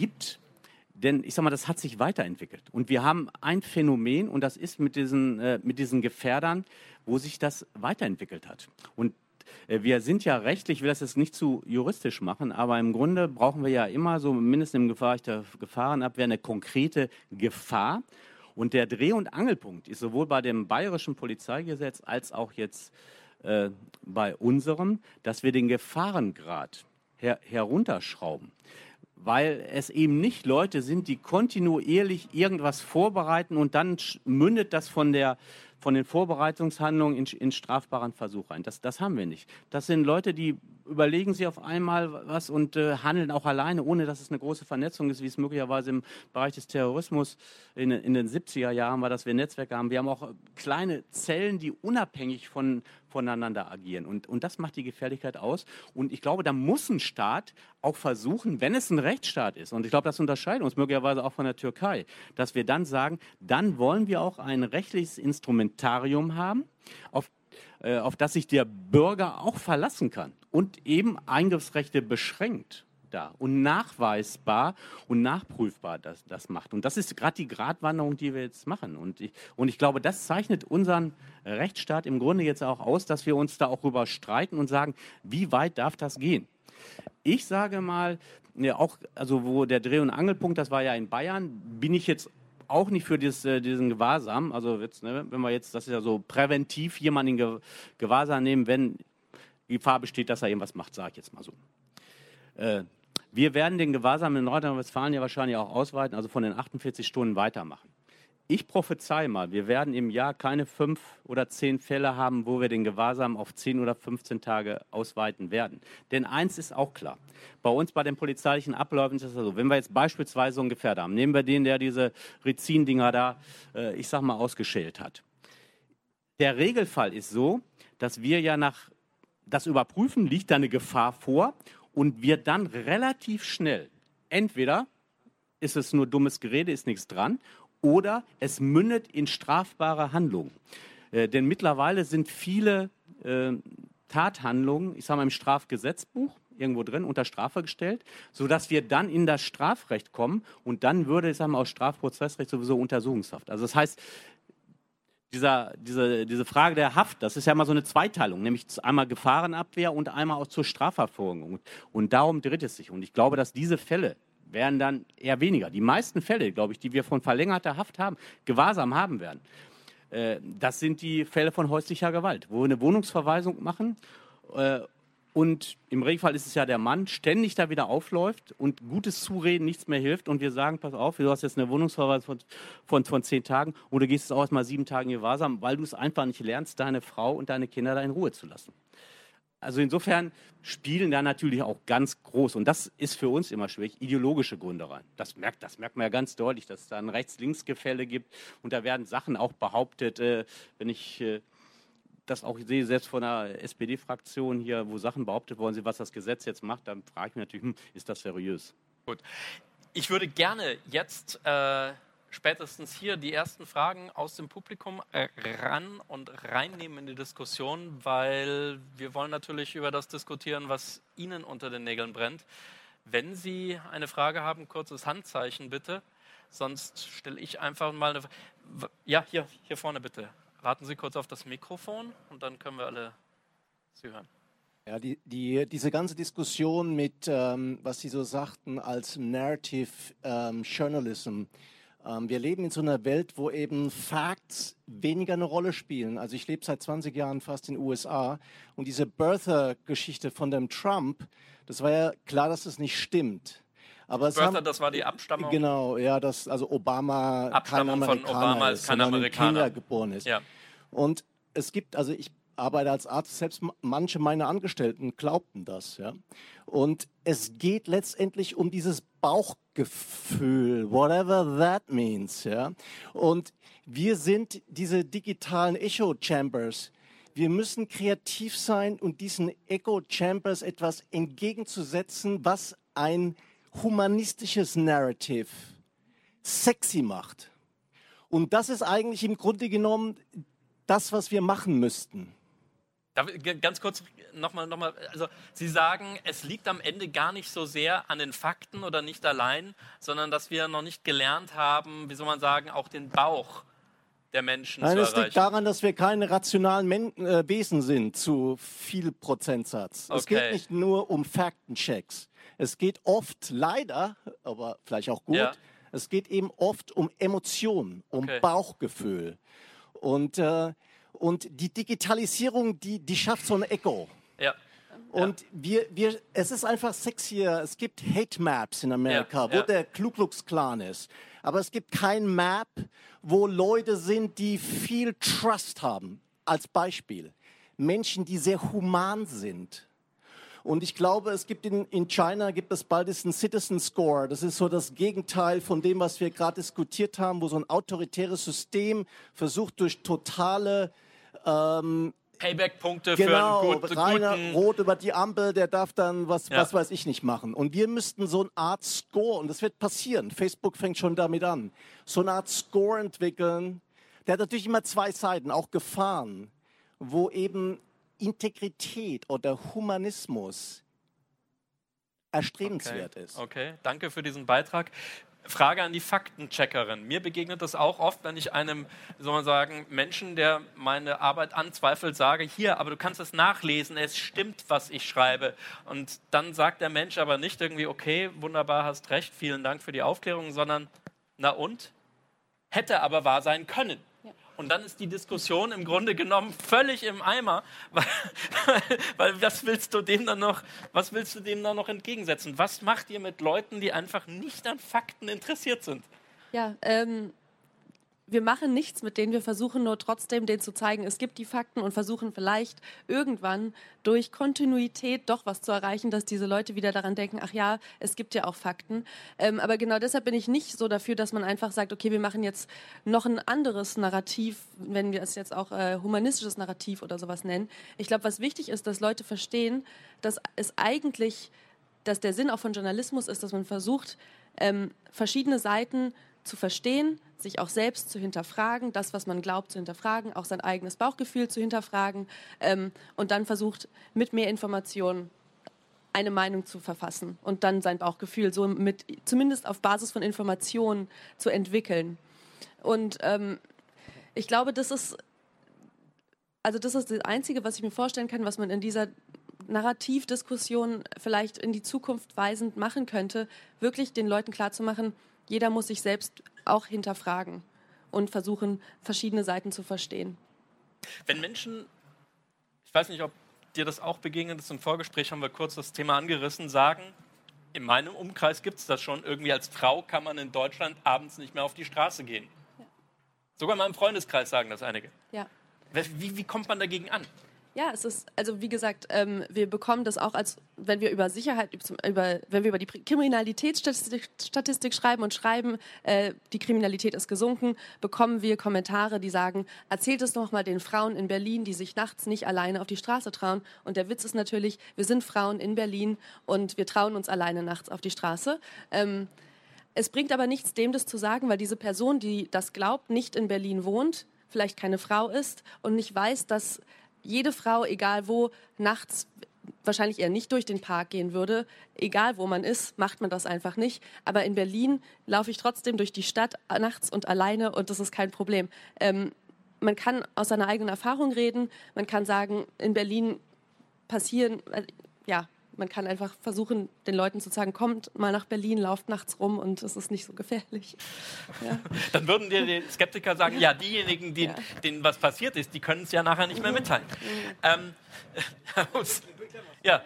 Denn ich sag mal, das hat sich weiterentwickelt. Und wir haben ein Phänomen, und das ist mit diesen Gefährdern, wo sich das weiterentwickelt hat. Und wir sind ja rechtlich, ich will das jetzt nicht zu juristisch machen, aber im Grunde brauchen wir ja immer so mindestens im Bereich der Gefahrenabwehr eine konkrete Gefahr. Und der Dreh- und Angelpunkt ist sowohl bei dem bayerischen Polizeigesetz als auch jetzt bei unserem, dass wir den Gefahrengrad herunterschrauben. Weil es eben nicht Leute sind, die kontinuierlich irgendwas vorbereiten und dann mündet das von den Vorbereitungshandlungen in strafbaren Versuch rein. Das haben wir nicht. Das sind Leute, die überlegen sich auf einmal was und handeln auch alleine, ohne dass es eine große Vernetzung ist, wie es möglicherweise im Bereich des Terrorismus in den 70er Jahren war, dass wir Netzwerke haben. Wir haben auch kleine Zellen, die unabhängig voneinander agieren. Und das macht die Gefährlichkeit aus. Und ich glaube, da muss ein Staat auch versuchen, wenn es ein Rechtsstaat ist, und ich glaube, das unterscheidet uns möglicherweise auch von der Türkei, dass wir dann sagen, dann wollen wir auch ein rechtliches Instrumentarium haben, auf das sich der Bürger auch verlassen kann und eben Eingriffsrechte beschränkt da und nachweisbar und nachprüfbar das macht. Und das ist gerade die Gratwanderung, die wir jetzt machen. Und ich glaube, das zeichnet unseren Rechtsstaat im Grunde jetzt auch aus, dass wir uns da auch drüber streiten und sagen, wie weit darf das gehen? Ich sage mal, ja, auch, also wo der Dreh- und Angelpunkt, das war ja in Bayern, bin ich jetzt auch nicht für diesen Gewahrsam. Also jetzt, wenn wir jetzt, das ist ja so präventiv, jemanden in Gewahrsam nehmen, wenn Gefahr besteht, dass er irgendwas macht, sage ich jetzt mal so. Wir werden den Gewahrsam in Nordrhein-Westfalen ja wahrscheinlich auch ausweiten, also von den 48 Stunden weitermachen. Ich prophezei mal, wir werden im Jahr keine 5 oder 10 Fälle haben, wo wir den Gewahrsam auf 10 oder 15 Tage ausweiten werden. Denn eins ist auch klar, bei uns bei den polizeilichen Abläufen ist es so, wenn wir jetzt beispielsweise so einen Gefährder haben, nehmen wir den, der diese Rizin-Dinger da, ich sag mal, ausgeschält hat. Der Regelfall ist so, dass wir ja nach das überprüfen, liegt da eine Gefahr vor und wir dann relativ schnell, entweder ist es nur dummes Gerede, ist nichts dran, oder es mündet in strafbare Handlungen. Denn mittlerweile sind viele Tathandlungen, ich sage mal im Strafgesetzbuch, irgendwo drin, unter Strafe gestellt, sodass wir dann in das Strafrecht kommen und dann würde, ich sage mal, aus Strafprozessrecht sowieso Untersuchungshaft. Also das heißt, diese Frage der Haft, das ist ja immer so eine Zweiteilung, nämlich einmal Gefahrenabwehr und einmal auch zur Strafverfolgung. Und darum dreht es sich. Und ich glaube, dass diese Fälle werden dann eher weniger. Die meisten Fälle, glaube ich, die wir von verlängerter Haft haben, Gewahrsam haben werden, das sind die Fälle von häuslicher Gewalt, wo wir eine Wohnungsverweisung machen und im Regelfall ist es ja der Mann, ständig da wieder aufläuft und gutes Zureden nichts mehr hilft und wir sagen, pass auf, du hast jetzt eine Wohnungsverweisung von 10 Tagen und du gehst jetzt auch erst mal 7 Tage in Gewahrsam, weil du es einfach nicht lernst, deine Frau und deine Kinder da in Ruhe zu lassen. Also insofern spielen da natürlich auch ganz groß, und das ist für uns immer schwierig, ideologische Gründe rein. Das merkt man ja ganz deutlich, dass es da ein Rechts-Links-Gefälle gibt und da werden Sachen auch behauptet, wenn ich das auch sehe, selbst von der SPD-Fraktion hier, wo Sachen behauptet worden sind, was das Gesetz jetzt macht, dann frage ich mich natürlich, ist das seriös? Gut. Ich würde gerne jetzt spätestens hier die ersten Fragen aus dem Publikum ran und reinnehmen in die Diskussion, weil wir wollen natürlich über das diskutieren, was Ihnen unter den Nägeln brennt. Wenn Sie eine Frage haben, kurzes Handzeichen bitte, sonst stelle ich einfach mal eine... Ja, hier vorne bitte. Warten Sie kurz auf das Mikrofon und dann können wir alle Sie hören. Ja, diese ganze Diskussion mit, was Sie so sagten, als Narrative Journalism. Wir leben in so einer Welt, wo eben Facts weniger eine Rolle spielen. Also ich lebe seit 20 Jahren fast in den USA und diese Birther-Geschichte von dem Trump, das war ja klar, dass das nicht stimmt. Aber das war die Abstammung? Genau, ja, also Obama Abstammung kein von Obama als kein Amerikaner. In Kenia geboren ist. Ja. Und es gibt, also ich arbeite als Arzt, selbst manche meiner Angestellten glaubten das. Ja? Und es geht letztendlich um dieses Bauchgefühl, whatever that means. Ja? Und wir sind diese digitalen Echo-Chambers. Wir müssen kreativ sein und diesen Echo-Chambers etwas entgegenzusetzen, was ein humanistisches Narrative sexy macht. Und das ist eigentlich im Grunde genommen das, was wir machen müssten. Ganz kurz nochmal, also Sie sagen, es liegt am Ende gar nicht so sehr an den Fakten oder nicht allein, sondern dass wir noch nicht gelernt haben, wie soll man sagen, auch den Bauch der Menschen zu erreichen. Nein, es liegt daran, dass wir keine rationalen Wesen sind zu viel Prozentsatz. Okay. Es geht nicht nur um Faktenchecks. Es geht oft, leider, aber vielleicht auch gut, ja. Es geht eben oft um Emotionen, um Bauchgefühl. Und die Digitalisierung, die schafft so ein Echo. Ja. Und es ist einfach sexier. Es gibt Hate Maps in Amerika, wo der Ku Klux Klan ist. Aber es gibt kein Map, wo Leute sind, die viel Trust haben. Als Beispiel. Menschen, die sehr human sind. Und ich glaube, es gibt in China gibt es bald diesen Citizen Score. Das ist so das Gegenteil von dem, was wir gerade diskutiert haben, wo so ein autoritäres System versucht durch totale Payback-Punkte für einen guten... Rot über die Ampel, der darf dann was weiß ich nicht machen. Und wir müssten so eine Art Score, und das wird passieren, Facebook fängt schon damit an, so eine Art Score entwickeln. Der hat natürlich immer 2 Seiten, auch Gefahren, wo eben Integrität oder Humanismus erstrebenswert ist. Okay, danke für diesen Beitrag. Frage an die Faktencheckerin. Mir begegnet das auch oft, wenn ich einem, soll man sagen, Menschen, der meine Arbeit anzweifelt, sage, hier, aber du kannst es nachlesen, es stimmt, was ich schreibe. Und dann sagt der Mensch aber nicht irgendwie, okay, wunderbar, hast recht, vielen Dank für die Aufklärung, sondern, na und? Hätte aber wahr sein können. Ja. Und dann ist die Diskussion im Grunde genommen völlig im Eimer, weil was willst du dem dann noch entgegensetzen? Was macht ihr mit Leuten, die einfach nicht an Fakten interessiert sind? Ja, wir machen nichts mit denen, wir versuchen nur trotzdem, denen zu zeigen, es gibt die Fakten und versuchen vielleicht irgendwann durch Kontinuität doch was zu erreichen, dass diese Leute wieder daran denken, ach ja, es gibt ja auch Fakten. Aber genau deshalb bin ich nicht so dafür, dass man einfach sagt, okay, wir machen jetzt noch ein anderes Narrativ, wenn wir es jetzt auch humanistisches Narrativ oder sowas nennen. Ich glaube, was wichtig ist, dass Leute verstehen, dass der Sinn auch von Journalismus ist, dass man versucht, verschiedene Seiten zu verstehen, sich auch selbst zu hinterfragen, das, was man glaubt, zu hinterfragen, auch sein eigenes Bauchgefühl zu hinterfragen und dann versucht, mit mehr Informationen eine Meinung zu verfassen und dann sein Bauchgefühl so zumindest auf Basis von Informationen zu entwickeln. Und ich glaube, das ist das Einzige, was ich mir vorstellen kann, was man in dieser Narrativdiskussion vielleicht in die Zukunft weisend machen könnte, wirklich den Leuten klarzumachen, jeder muss sich selbst auch hinterfragen und versuchen, verschiedene Seiten zu verstehen. Wenn Menschen, ich weiß nicht, ob dir das auch begegnet ist, im Vorgespräch haben wir kurz das Thema angerissen, sagen, in meinem Umkreis gibt es das schon, irgendwie als Frau kann man in Deutschland abends nicht mehr auf die Straße gehen. Ja. Sogar in meinem Freundeskreis sagen das einige. Ja. Wie kommt man dagegen an? Ja, es ist, also wie gesagt, wir bekommen das auch wenn wir über Sicherheit, wenn wir über die Kriminalitätsstatistik schreiben und schreiben, die Kriminalität ist gesunken, bekommen wir Kommentare, die sagen, erzählt es doch mal den Frauen in Berlin, die sich nachts nicht alleine auf die Straße trauen. Und der Witz ist natürlich, wir sind Frauen in Berlin und wir trauen uns alleine nachts auf die Straße. Es bringt aber nichts, dem das zu sagen, weil diese Person, die das glaubt, nicht in Berlin wohnt, vielleicht keine Frau ist und nicht weiß, dass jede Frau, egal wo, nachts wahrscheinlich eher nicht durch den Park gehen würde. Egal wo man ist, macht man das einfach nicht. Aber in Berlin laufe ich trotzdem durch die Stadt nachts und alleine und das ist kein Problem. Man kann aus seiner eigenen Erfahrung reden. Man kann sagen, in Berlin passieren, man kann einfach versuchen, den Leuten zu sagen, kommt mal nach Berlin, lauft nachts rum und es ist nicht so gefährlich. Ja. Dann würden dir die Skeptiker sagen, ja, diejenigen, denen was passiert ist, die können es ja nachher nicht mehr mitteilen. Ja.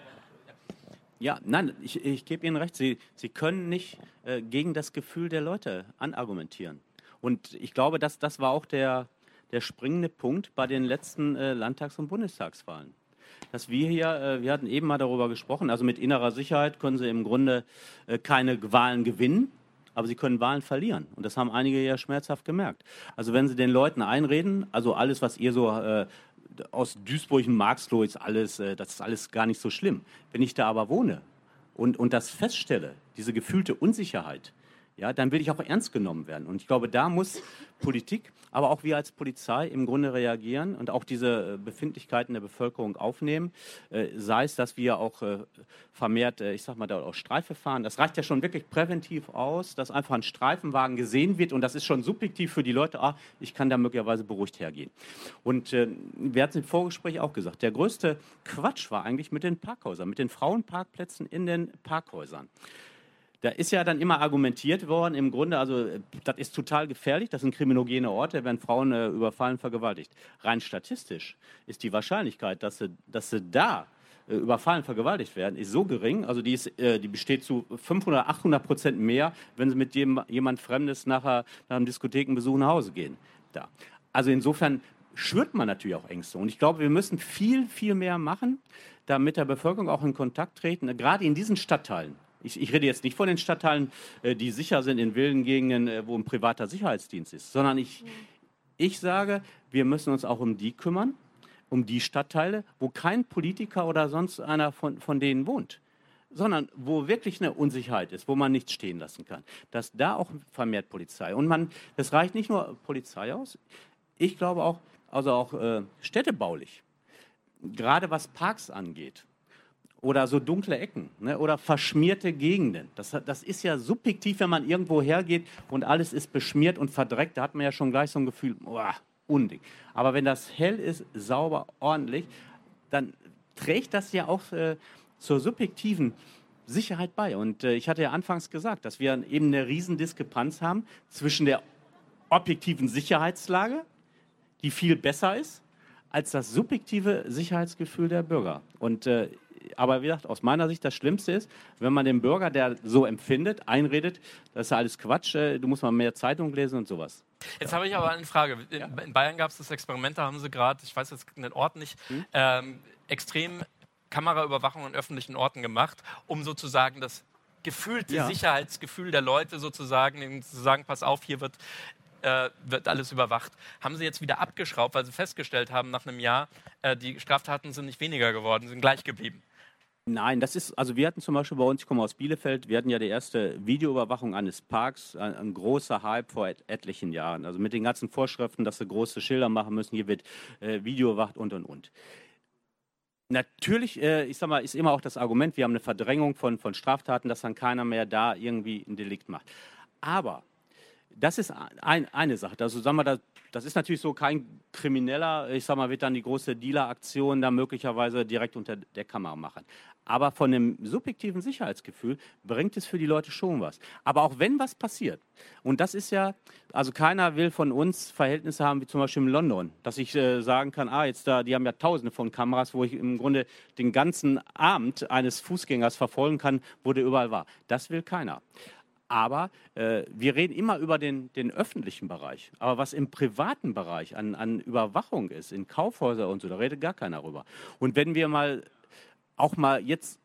Ja, nein, ich gebe Ihnen recht, Sie können nicht gegen das Gefühl der Leute anargumentieren. Und ich glaube, das war auch der springende Punkt bei den letzten Landtags- und Bundestagswahlen. Dass wir hatten eben mal darüber gesprochen, also mit innerer Sicherheit können Sie im Grunde keine Wahlen gewinnen, aber Sie können Wahlen verlieren. Und das haben einige ja schmerzhaft gemerkt. Also wenn Sie den Leuten einreden, also alles, was ihr so aus Duisburg und Marxloh ist alles, das ist alles gar nicht so schlimm. Wenn ich da aber wohne und das feststelle, diese gefühlte Unsicherheit, ja, dann will ich auch ernst genommen werden. Und ich glaube, da muss Politik, aber auch wir als Polizei im Grunde reagieren und auch diese Befindlichkeiten der Bevölkerung aufnehmen. Sei es, dass wir auch vermehrt, da auch Streife fahren. Das reicht ja schon wirklich präventiv aus, dass einfach ein Streifenwagen gesehen wird und das ist schon subjektiv für die Leute, ich kann da möglicherweise beruhigt hergehen. Und wir hatten im Vorgespräch auch gesagt, der größte Quatsch war eigentlich mit den Parkhäusern, mit den Frauenparkplätzen in den Parkhäusern. Da ist ja dann immer argumentiert worden, im Grunde, also das ist total gefährlich, das sind kriminogene Orte, da werden Frauen überfallen, vergewaltigt. Rein statistisch ist die Wahrscheinlichkeit, dass sie da überfallen, vergewaltigt werden, ist so gering, also die besteht zu 500, 800% mehr, wenn sie mit jemand Fremdes nach einem Diskothekenbesuch nach Hause gehen. Da. Also insofern schürt man natürlich auch Ängste. Und ich glaube, wir müssen viel, viel mehr machen, da mit der Bevölkerung auch in Kontakt treten, gerade in diesen Stadtteilen. Ich rede jetzt nicht von den Stadtteilen, die sicher sind in wilden Gegenden, wo ein privater Sicherheitsdienst ist, sondern ich sage, wir müssen uns auch um die kümmern, um die Stadtteile, wo kein Politiker oder sonst einer von denen wohnt, sondern wo wirklich eine Unsicherheit ist, wo man nichts stehen lassen kann. Dass da auch vermehrt Polizei. Und das reicht nicht nur Polizei aus, ich glaube auch, städtebaulich, gerade was Parks angeht. Oder so dunkle Ecken, ne? Oder verschmierte Gegenden. Das ist ja subjektiv, wenn man irgendwo hergeht und alles ist beschmiert und verdreckt, da hat man ja schon gleich so ein Gefühl, unding. Aber wenn das hell ist, sauber, ordentlich, dann trägt das ja auch zur subjektiven Sicherheit bei. Und ich hatte ja anfangs gesagt, dass wir eben eine riesen Diskrepanz haben zwischen der objektiven Sicherheitslage, die viel besser ist, als das subjektive Sicherheitsgefühl der Bürger. Und aber wie gesagt, aus meiner Sicht das Schlimmste ist, wenn man dem Bürger, der so empfindet, einredet, das ist ja alles Quatsch, du musst mal mehr Zeitung lesen und sowas. Jetzt habe ich aber eine Frage. In Bayern gab es das Experiment, da haben sie gerade, ich weiß jetzt den Ort nicht, extrem Kameraüberwachung an öffentlichen Orten gemacht, um sozusagen das gefühlte Sicherheitsgefühl der Leute sozusagen, zu sagen, pass auf, hier wird alles überwacht. Haben sie jetzt wieder abgeschraubt, weil sie festgestellt haben, nach einem Jahr, die Straftaten sind nicht weniger geworden, sind gleich geblieben. Nein, das ist, also wir hatten zum Beispiel bei uns, ich komme aus Bielefeld, wir hatten ja die erste Videoüberwachung eines Parks, ein großer Hype vor etlichen Jahren. Also mit den ganzen Vorschriften, dass sie große Schilder machen müssen, hier wird Video überwacht und. Natürlich, ich sag mal, ist immer auch das Argument, wir haben eine Verdrängung von Straftaten, dass dann keiner mehr da irgendwie ein Delikt macht. Aber das ist eine Sache. Also sagen wir, das ist natürlich so, kein Krimineller, ich sag mal, wird dann die große Dealer-Aktion da möglicherweise direkt unter der Kamera machen. Aber von dem subjektiven Sicherheitsgefühl bringt es für die Leute schon was. Aber auch wenn was passiert, und das ist ja, also keiner will von uns Verhältnisse haben wie zum Beispiel in London, dass ich sagen kann, jetzt da, die haben ja tausende von Kameras, wo ich im Grunde den ganzen Abend eines Fußgängers verfolgen kann, wo der überall war. Das will keiner. Aber wir reden immer über den öffentlichen Bereich. Aber was im privaten Bereich an Überwachung ist, in Kaufhäusern und so, da redet gar keiner drüber. Und wenn wir auch mal jetzt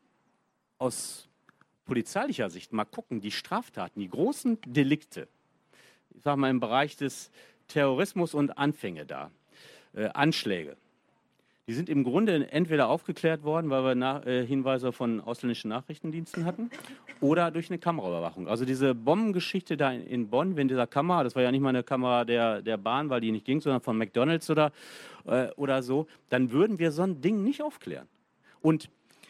aus polizeilicher Sicht mal gucken, die Straftaten, die großen Delikte, ich sage mal im Bereich des Terrorismus und Anfänge da, Anschläge, die sind im Grunde entweder aufgeklärt worden, weil wir Hinweise von ausländischen Nachrichtendiensten hatten, oder durch eine Kameraüberwachung. Also diese Bombengeschichte da in Bonn, wenn dieser Kamera, das war ja nicht mal eine Kamera der Bahn, weil die nicht ging, sondern von McDonald's oder so, dann würden wir so ein Ding nicht aufklären. Und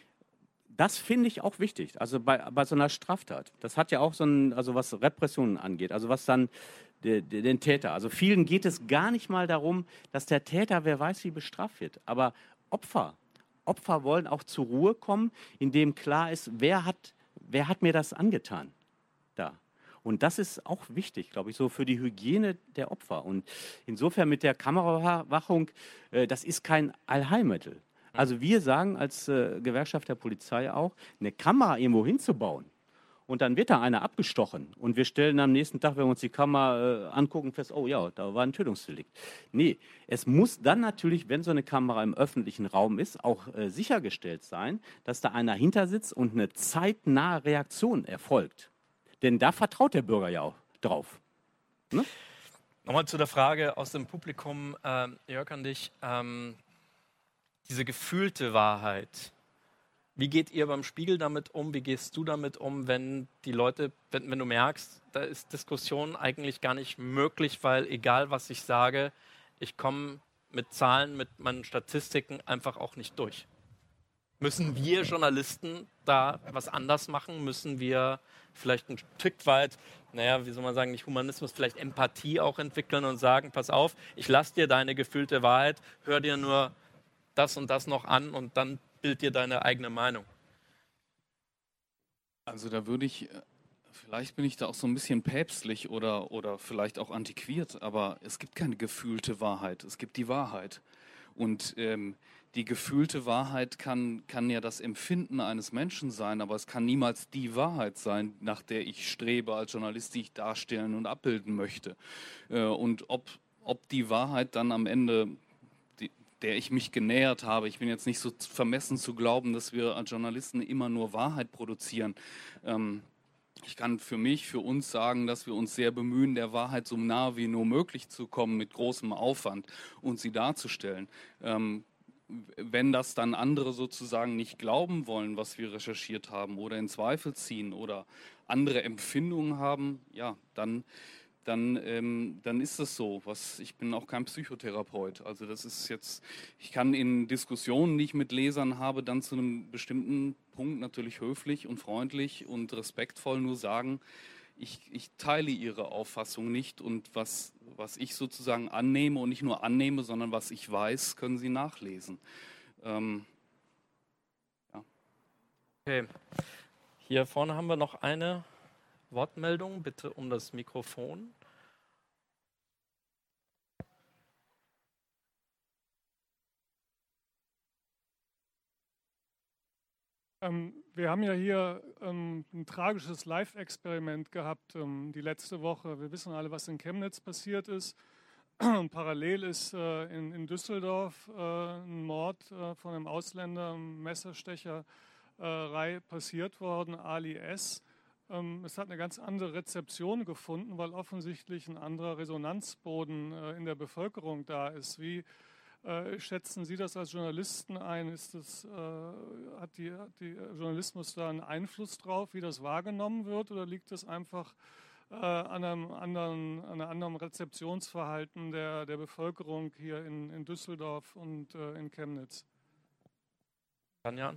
das finde ich auch wichtig, also bei so einer Straftat. Das hat ja auch also was Repressionen angeht, also was dann den Täter. Also vielen geht es gar nicht mal darum, dass der Täter, wer weiß, wie bestraft wird. Aber Opfer wollen auch zur Ruhe kommen, indem klar ist, wer hat mir das angetan da. Und das ist auch wichtig, glaube ich, so für die Hygiene der Opfer. Und insofern mit der Kameraüberwachung, das ist kein Allheilmittel. Also wir sagen als Gewerkschaft der Polizei auch, eine Kamera irgendwo hinzubauen und dann wird da einer abgestochen und wir stellen am nächsten Tag, wenn wir uns die Kamera angucken, fest, oh ja, da war ein Tötungsdelikt. Nee, es muss dann natürlich, wenn so eine Kamera im öffentlichen Raum ist, auch sichergestellt sein, dass da einer hinter sitzt und eine zeitnahe Reaktion erfolgt. Denn da vertraut der Bürger ja auch drauf. Ne? Nochmal zu der Frage aus dem Publikum, Jörg, an dich. Diese gefühlte Wahrheit. Wie geht ihr beim Spiegel damit um? Wie gehst du damit um, wenn die Leute, wenn du merkst, da ist Diskussion eigentlich gar nicht möglich, weil egal was ich sage, ich komme mit Zahlen, mit meinen Statistiken einfach auch nicht durch. Müssen wir Journalisten da was anders machen? Müssen wir vielleicht ein Stück weit, wie soll man sagen, nicht Humanismus, vielleicht Empathie auch entwickeln und sagen, pass auf, ich lasse dir deine gefühlte Wahrheit, hör dir nur das und das noch an und dann bild dir deine eigene Meinung. Also da vielleicht bin ich da auch so ein bisschen päpstlich oder vielleicht auch antiquiert, aber es gibt keine gefühlte Wahrheit, es gibt die Wahrheit. Und die gefühlte Wahrheit kann ja das Empfinden eines Menschen sein, aber es kann niemals die Wahrheit sein, nach der ich strebe als Journalist, die ich darstellen und abbilden möchte. Und ob die Wahrheit dann am Ende, der ich mich genähert habe. Ich bin jetzt nicht so vermessen zu glauben, dass wir als Journalisten immer nur Wahrheit produzieren. Ich kann für uns sagen, dass wir uns sehr bemühen, der Wahrheit so nah wie nur möglich zu kommen, mit großem Aufwand und sie darzustellen. Wenn das dann andere sozusagen nicht glauben wollen, was wir recherchiert haben oder in Zweifel ziehen oder andere Empfindungen haben, ja, dann ist das so. Ich bin auch kein Psychotherapeut. Also das ist jetzt, ich kann in Diskussionen, die ich mit Lesern habe, dann zu einem bestimmten Punkt natürlich höflich und freundlich und respektvoll nur sagen, ich teile ihre Auffassung nicht und was ich sozusagen annehme und nicht nur annehme, sondern was ich weiß, können sie nachlesen. Ja. Okay. Hier vorne haben wir noch eine Wortmeldung, bitte um das Mikrofon. Wir haben ja hier ein tragisches Live-Experiment gehabt die letzte Woche. Wir wissen alle, was in Chemnitz passiert ist. Und parallel ist in Düsseldorf ein Mord von einem Ausländer, Messerstecherei passiert worden, Ali S. Es hat eine ganz andere Rezeption gefunden, weil offensichtlich ein anderer Resonanzboden in der Bevölkerung da ist. Wie Schätzen Sie das als Journalisten ein? Hat die Journalismus da einen Einfluss drauf, wie das wahrgenommen wird, oder liegt es einfach an einem anderen Rezeptionsverhalten der Bevölkerung hier in Düsseldorf und in Chemnitz? Tanja?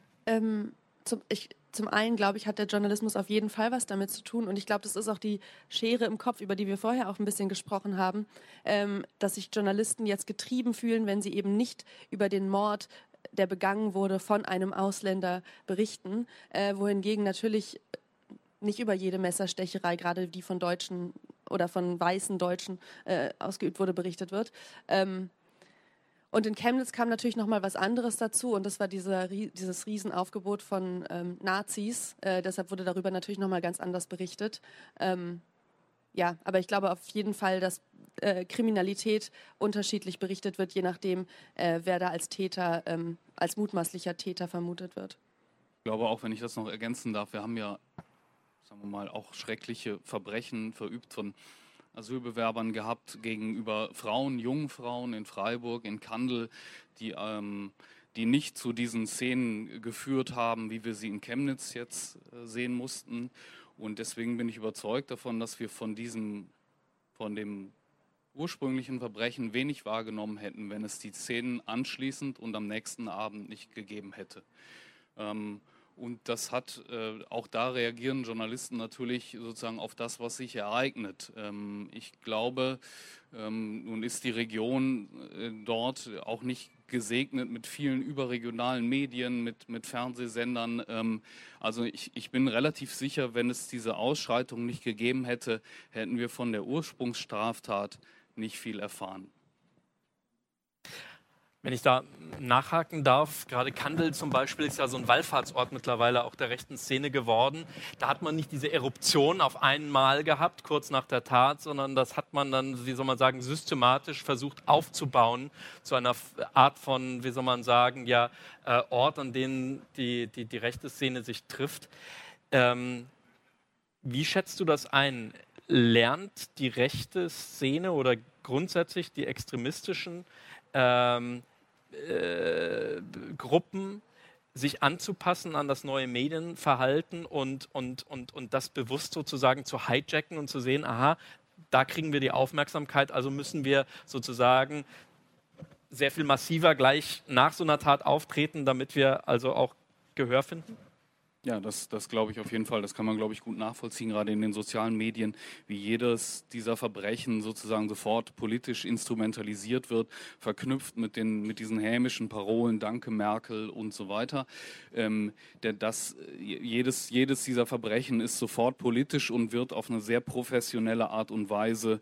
Zum einen, glaube ich, hat der Journalismus auf jeden Fall was damit zu tun. Und ich glaube, das ist auch die Schere im Kopf, über die wir vorher auch ein bisschen gesprochen haben, dass sich Journalisten jetzt getrieben fühlen, wenn sie eben nicht über den Mord, der begangen wurde, von einem Ausländer berichten. Wohingegen natürlich nicht über jede Messerstecherei, gerade die von Deutschen oder von weißen Deutschen ausgeübt wurde, berichtet wird. Und in Chemnitz kam natürlich noch mal was anderes dazu, und das war dieses Riesenaufgebot von Nazis. Deshalb wurde darüber natürlich noch mal ganz anders berichtet. Ja, aber ich glaube auf jeden Fall, dass Kriminalität unterschiedlich berichtet wird, je nachdem, wer da als Täter, als mutmaßlicher Täter vermutet wird. Ich glaube auch, wenn ich das noch ergänzen darf, wir haben ja, sagen wir mal, auch schreckliche Verbrechen verübt von Asylbewerbern gehabt gegenüber Frauen, jungen Frauen in Freiburg, in Kandel, die nicht zu diesen Szenen geführt haben, wie wir sie in Chemnitz jetzt sehen mussten. Und deswegen bin ich überzeugt davon, dass wir von dem ursprünglichen Verbrechen wenig wahrgenommen hätten, wenn es die Szenen anschließend und am nächsten Abend nicht gegeben hätte. Und das hat, auch da reagieren Journalisten natürlich sozusagen auf das, was sich ereignet. Ich glaube, nun ist die Region dort auch nicht gesegnet mit vielen überregionalen Medien, mit Fernsehsendern. Also ich bin relativ sicher, wenn es diese Ausschreitung nicht gegeben hätte, hätten wir von der Ursprungsstraftat nicht viel erfahren. Wenn ich da nachhaken darf, gerade Kandel zum Beispiel ist ja so ein Wallfahrtsort mittlerweile auch der rechten Szene geworden. Da hat man nicht diese Eruption auf einmal gehabt, kurz nach der Tat, sondern das hat man dann, wie soll man sagen, systematisch versucht aufzubauen zu einer Art von, wie soll man sagen, ja, Ort, an dem die rechte Szene sich trifft. Wie schätzt du das ein? Lernt die rechte Szene oder grundsätzlich die extremistischen Gruppen sich anzupassen an das neue Medienverhalten und das bewusst sozusagen zu hijacken und zu sehen, aha, da kriegen wir die Aufmerksamkeit, also müssen wir sozusagen sehr viel massiver gleich nach so einer Tat auftreten, damit wir also auch Gehör finden? Ja, das glaube ich auf jeden Fall. Das kann man, glaube ich, gut nachvollziehen, gerade in den sozialen Medien, wie jedes dieser Verbrechen sozusagen sofort politisch instrumentalisiert wird, verknüpft mit diesen hämischen Parolen, Danke Merkel und so weiter. Jedes dieser Verbrechen ist sofort politisch und wird auf eine sehr professionelle Art und Weise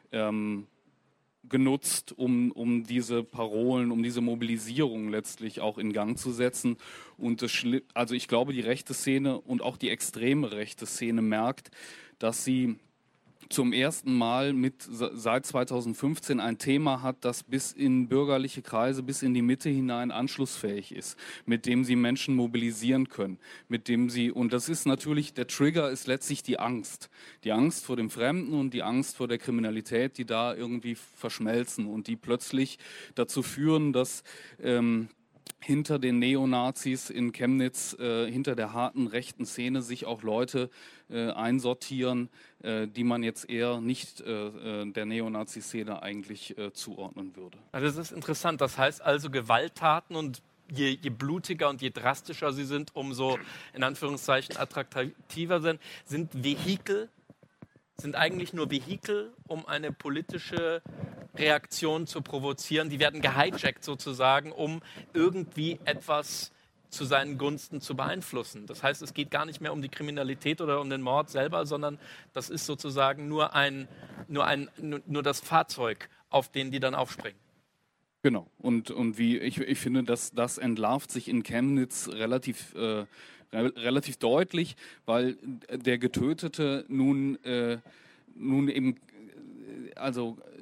genutzt, um diese Parolen, um diese Mobilisierung letztlich auch in Gang zu setzen. Und also ich glaube, die rechte Szene und auch die extreme rechte Szene merkt, dass sie zum ersten Mal seit 2015 ein Thema hat, das bis in bürgerliche Kreise, bis in die Mitte hinein anschlussfähig ist, mit dem sie Menschen mobilisieren können, und das ist natürlich, der Trigger ist letztlich die Angst vor dem Fremden und die Angst vor der Kriminalität, die da irgendwie verschmelzen und die plötzlich dazu führen, dass hinter den Neonazis in Chemnitz, hinter der harten rechten Szene sich auch Leute einsortieren, die man jetzt eher nicht der Neonazi-Szene eigentlich zuordnen würde. Also das ist interessant. Das heißt also, Gewalttaten und je blutiger und je drastischer sie sind, umso in Anführungszeichen attraktiver sind eigentlich nur Vehikel, um eine politische Reaktion zu provozieren. Die werden gehijackt sozusagen, um irgendwie etwas zu seinen Gunsten zu beeinflussen. Das heißt, es geht gar nicht mehr um die Kriminalität oder um den Mord selber, sondern das ist sozusagen nur das Fahrzeug, auf den die dann aufspringen. Genau. Und wie ich finde, dass das entlarvt sich in Chemnitz relativ deutlich, weil der Getötete nun eben also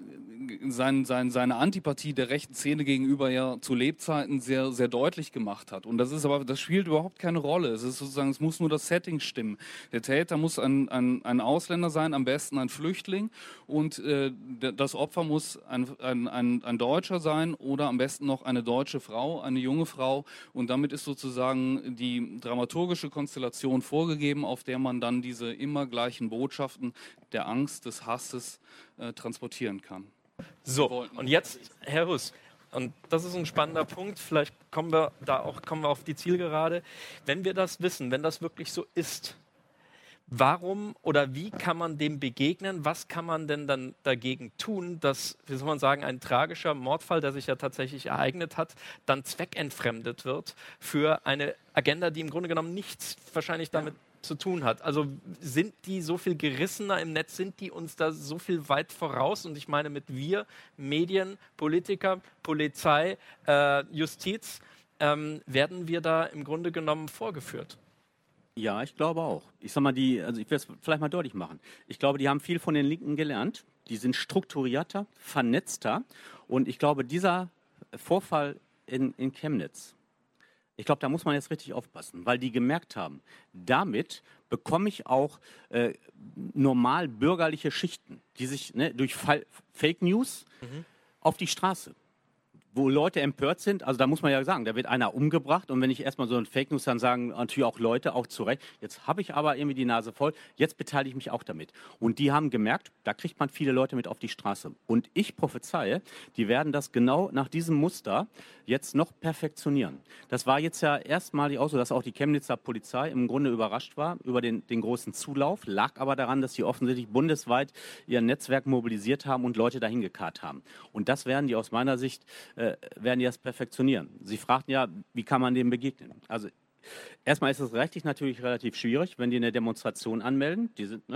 seine Antipathie der rechten Szene gegenüber ja zu Lebzeiten sehr, sehr deutlich gemacht hat. Und das spielt überhaupt keine Rolle. Es ist sozusagen, es muss nur das Setting stimmen. Der Täter muss ein Ausländer sein, am besten ein Flüchtling, und das Opfer muss ein Deutscher sein oder am besten noch eine deutsche Frau, eine junge Frau. Und damit ist sozusagen die dramaturgische Konstellation vorgegeben, auf der man dann diese immer gleichen Botschaften der Angst, des Hasses transportieren kann. So, und jetzt, Herr Huss, und das ist ein spannender Punkt, vielleicht kommen wir auf die Zielgerade. Wenn wir das wissen, wenn das wirklich so ist, warum oder wie kann man dem begegnen? Was kann man denn dann dagegen tun, dass, wie soll man sagen, ein tragischer Mordfall, der sich ja tatsächlich ereignet hat, dann zweckentfremdet wird für eine Agenda, die im Grunde genommen nichts wahrscheinlich damit zu tun hat. Also sind die so viel gerissener im Netz, sind die uns da so viel weit voraus? Und ich meine mit wir, Medien, Politiker, Polizei, Justiz, werden wir da im Grunde genommen vorgeführt? Ja, ich glaube auch. Ich sag mal, ich werde es vielleicht mal deutlich machen. Ich glaube, die haben viel von den Linken gelernt. Die sind strukturierter, vernetzter. Und ich glaube, dieser Vorfall in Chemnitz, ich glaube, da muss man jetzt richtig aufpassen, weil die gemerkt haben, damit bekomme ich auch normal bürgerliche Schichten, die sich durch Fake News auf die Straße, wo Leute empört sind. Also da muss man ja sagen, da wird einer umgebracht, und wenn ich erstmal so ein Fake News, dann sagen natürlich auch Leute, auch zu Recht, jetzt habe ich aber irgendwie die Nase voll, jetzt beteilige ich mich auch damit. Und die haben gemerkt, da kriegt man viele Leute mit auf die Straße. Und ich prophezeie, die werden das genau nach diesem Muster jetzt noch perfektionieren. Das war jetzt ja erstmalig auch so, dass auch die Chemnitzer Polizei im Grunde überrascht war über den großen Zulauf, lag aber daran, dass sie offensichtlich bundesweit ihr Netzwerk mobilisiert haben und Leute dahin gekarrt haben. Und das werden die aus meiner Sicht werden die das perfektionieren. Sie fragten ja, wie kann man dem begegnen? Also erstmal ist es rechtlich natürlich relativ schwierig, wenn die eine Demonstration anmelden. Die sind,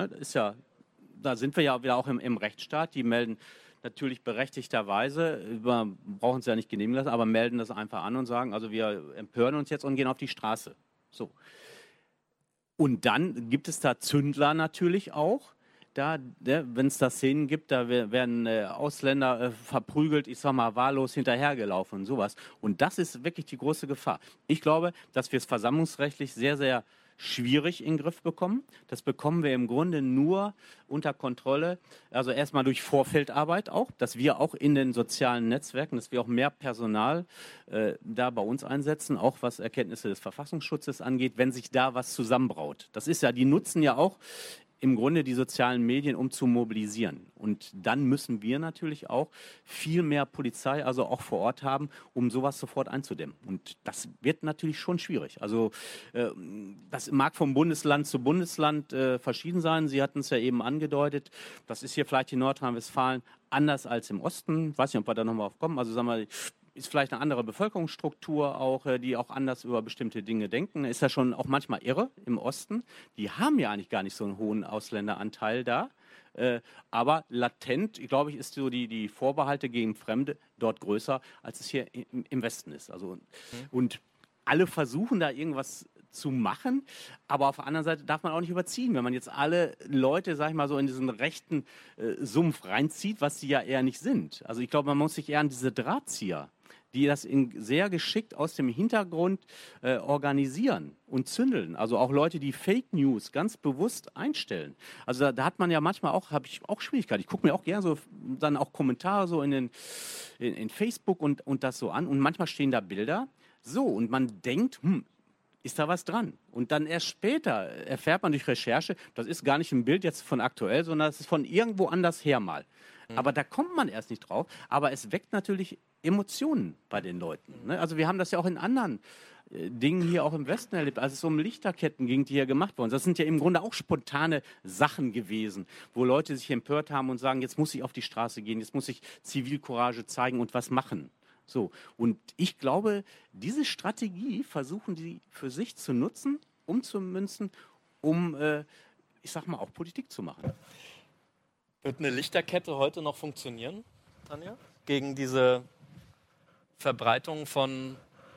da sind wir ja wieder auch im Rechtsstaat. Die melden natürlich berechtigterweise, brauchen sie ja nicht genehmigen lassen, aber melden das einfach an und sagen, also wir empören uns jetzt und gehen auf die Straße. So. Und dann gibt es da Zündler natürlich auch. Wenn es da Szenen gibt, da werden Ausländer verprügelt, ich sag mal, wahllos hinterhergelaufen und sowas. Und das ist wirklich die große Gefahr. Ich glaube, dass wir es versammlungsrechtlich sehr, sehr schwierig in den Griff bekommen. Das bekommen wir im Grunde nur unter Kontrolle, also erstmal durch Vorfeldarbeit auch, dass wir auch in den sozialen Netzwerken, dass wir auch mehr Personal da bei uns einsetzen, auch was Erkenntnisse des Verfassungsschutzes angeht, wenn sich da was zusammenbraut. Das ist ja, die nutzen ja auch im Grunde die sozialen Medien, um zu mobilisieren. Und dann müssen wir natürlich auch viel mehr Polizei, also auch vor Ort haben, um sowas sofort einzudämmen. Und das wird natürlich schon schwierig. Also das mag vom Bundesland zu Bundesland verschieden sein. Sie hatten es ja eben angedeutet. Das ist hier vielleicht in Nordrhein-Westfalen anders als im Osten. Ich weiß nicht, ob wir da nochmal aufkommen. Also sagen wir, ist vielleicht eine andere Bevölkerungsstruktur auch, die auch anders über bestimmte Dinge denken. Ist ja schon auch manchmal irre im Osten. Die haben ja eigentlich gar nicht so einen hohen Ausländeranteil da. Aber latent, glaube ich, ist so die Vorbehalte gegen Fremde dort größer, als es hier im Westen ist. Also, und alle versuchen da irgendwas zu machen, aber auf der anderen Seite darf man auch nicht überziehen. Wenn man jetzt alle Leute, sag ich mal, so in diesen rechten Sumpf reinzieht, was sie ja eher nicht sind. Also ich glaube, man muss sich eher an diese Drahtzieher, die das sehr geschickt aus dem Hintergrund organisieren und zündeln. Also auch Leute, die Fake News ganz bewusst einstellen. Also da hat man ja manchmal auch, habe ich auch Schwierigkeiten. Ich gucke mir auch gerne so dann auch Kommentare so in Facebook und das so an. Und manchmal stehen da Bilder. So, und man denkt, ist da was dran? Und dann erst später erfährt man durch Recherche, das ist gar nicht ein Bild jetzt von aktuell, sondern es ist von irgendwo anders her mal. Aber da kommt man erst nicht drauf. Aber es weckt natürlich Emotionen bei den Leuten. Ne? Also wir haben das ja auch in anderen Dingen hier auch im Westen erlebt, als es um Lichterketten ging, die hier gemacht wurden. Das sind ja im Grunde auch spontane Sachen gewesen, wo Leute sich empört haben und sagen, jetzt muss ich auf die Straße gehen, jetzt muss ich Zivilcourage zeigen und was machen. So, und ich glaube, diese Strategie versuchen die für sich zu nutzen, umzumünzen, um, ich sag mal, auch Politik zu machen. Wird eine Lichterkette heute noch funktionieren, Tanja? Gegen diese Verbreitung von,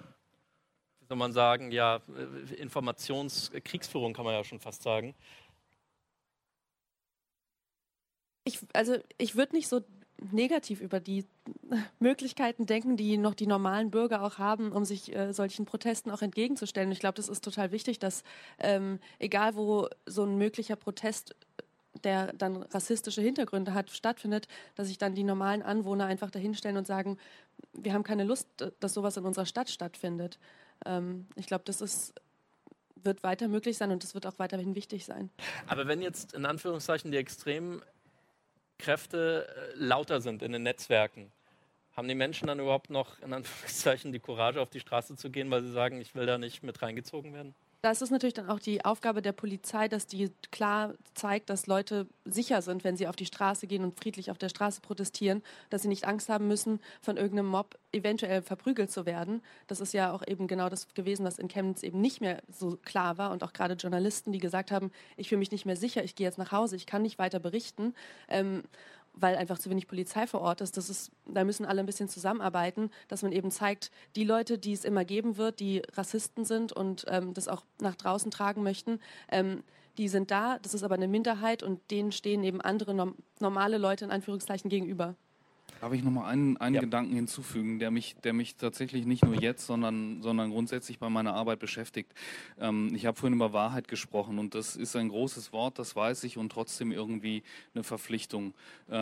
wie soll man sagen, ja, Informationskriegsführung kann man ja schon fast sagen. Ich würde nicht so negativ über die Möglichkeiten denken, die noch die normalen Bürger auch haben, um sich solchen Protesten auch entgegenzustellen. Und ich glaube, das ist total wichtig, dass egal wo so ein möglicher Protest, der dann rassistische Hintergründe hat, stattfindet, dass sich dann die normalen Anwohner einfach dahinstellen und sagen, wir haben keine Lust, dass sowas in unserer Stadt stattfindet. Ich glaube, wird weiter möglich sein und das wird auch weiterhin wichtig sein. Aber wenn jetzt in Anführungszeichen die extremen Kräfte lauter sind in den Netzwerken, haben die Menschen dann überhaupt noch in Anführungszeichen die Courage, auf die Straße zu gehen, weil sie sagen, ich will da nicht mit reingezogen werden? Das ist natürlich dann auch die Aufgabe der Polizei, dass die klar zeigt, dass Leute sicher sind, wenn sie auf die Straße gehen und friedlich auf der Straße protestieren, dass sie nicht Angst haben müssen, von irgendeinem Mob eventuell verprügelt zu werden. Das ist ja auch eben genau das gewesen, was in Chemnitz eben nicht mehr so klar war und auch gerade Journalisten, die gesagt haben, ich fühle mich nicht mehr sicher, ich gehe jetzt nach Hause, ich kann nicht weiter berichten. Weil einfach zu wenig Polizei vor Ort ist. Da müssen alle ein bisschen zusammenarbeiten, dass man eben zeigt, die Leute, die es immer geben wird, die Rassisten sind und das auch nach draußen tragen möchten, die sind da, das ist aber eine Minderheit und denen stehen eben andere normale Leute in Anführungszeichen gegenüber. Darf ich nochmal einen Gedanken hinzufügen, der mich tatsächlich nicht nur jetzt, sondern grundsätzlich bei meiner Arbeit beschäftigt. Ich habe vorhin über Wahrheit gesprochen und das ist ein großes Wort, das weiß ich, und trotzdem irgendwie eine Verpflichtung.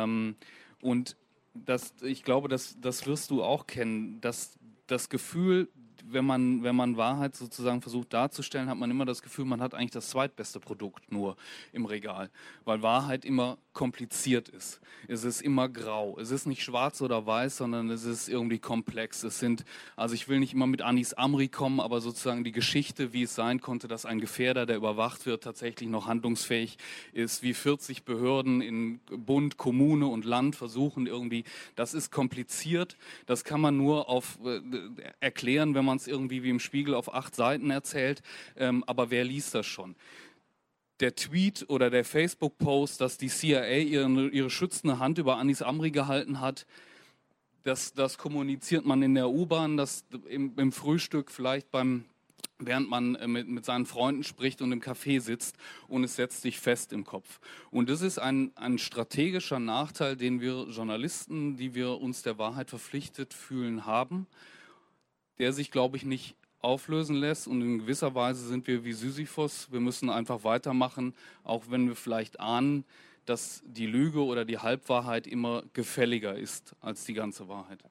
Und ich glaube, das wirst du auch kennen, dass das Gefühl, wenn man Wahrheit sozusagen versucht darzustellen, hat man immer das Gefühl, man hat eigentlich das zweitbeste Produkt nur im Regal, weil Wahrheit immer kompliziert ist. Es ist immer grau. Es ist nicht schwarz oder weiß, sondern es ist irgendwie komplex. Also ich will nicht immer mit Anis Amri kommen, aber sozusagen die Geschichte, wie es sein konnte, dass ein Gefährder, der überwacht wird, tatsächlich noch handlungsfähig ist, wie 40 Behörden in Bund, Kommune und Land versuchen irgendwie, das ist kompliziert. Das kann man nur erklären, wenn man es irgendwie wie im Spiegel auf 8 Seiten erzählt. Aber wer liest das schon? Der Tweet oder der Facebook-Post, dass die CIA ihre schützende Hand über Anis Amri gehalten hat, das kommuniziert man in der U-Bahn, das im Frühstück vielleicht während man mit seinen Freunden spricht und im Café sitzt, und es setzt sich fest im Kopf. Und das ist ein strategischer Nachteil, den wir Journalisten, die wir uns der Wahrheit verpflichtet fühlen, haben, der sich, glaube ich, nicht auflösen lässt, und in gewisser Weise sind wir wie Sisyphos. Wir müssen einfach weitermachen, auch wenn wir vielleicht ahnen, dass die Lüge oder die Halbwahrheit immer gefälliger ist als die ganze Wahrheit.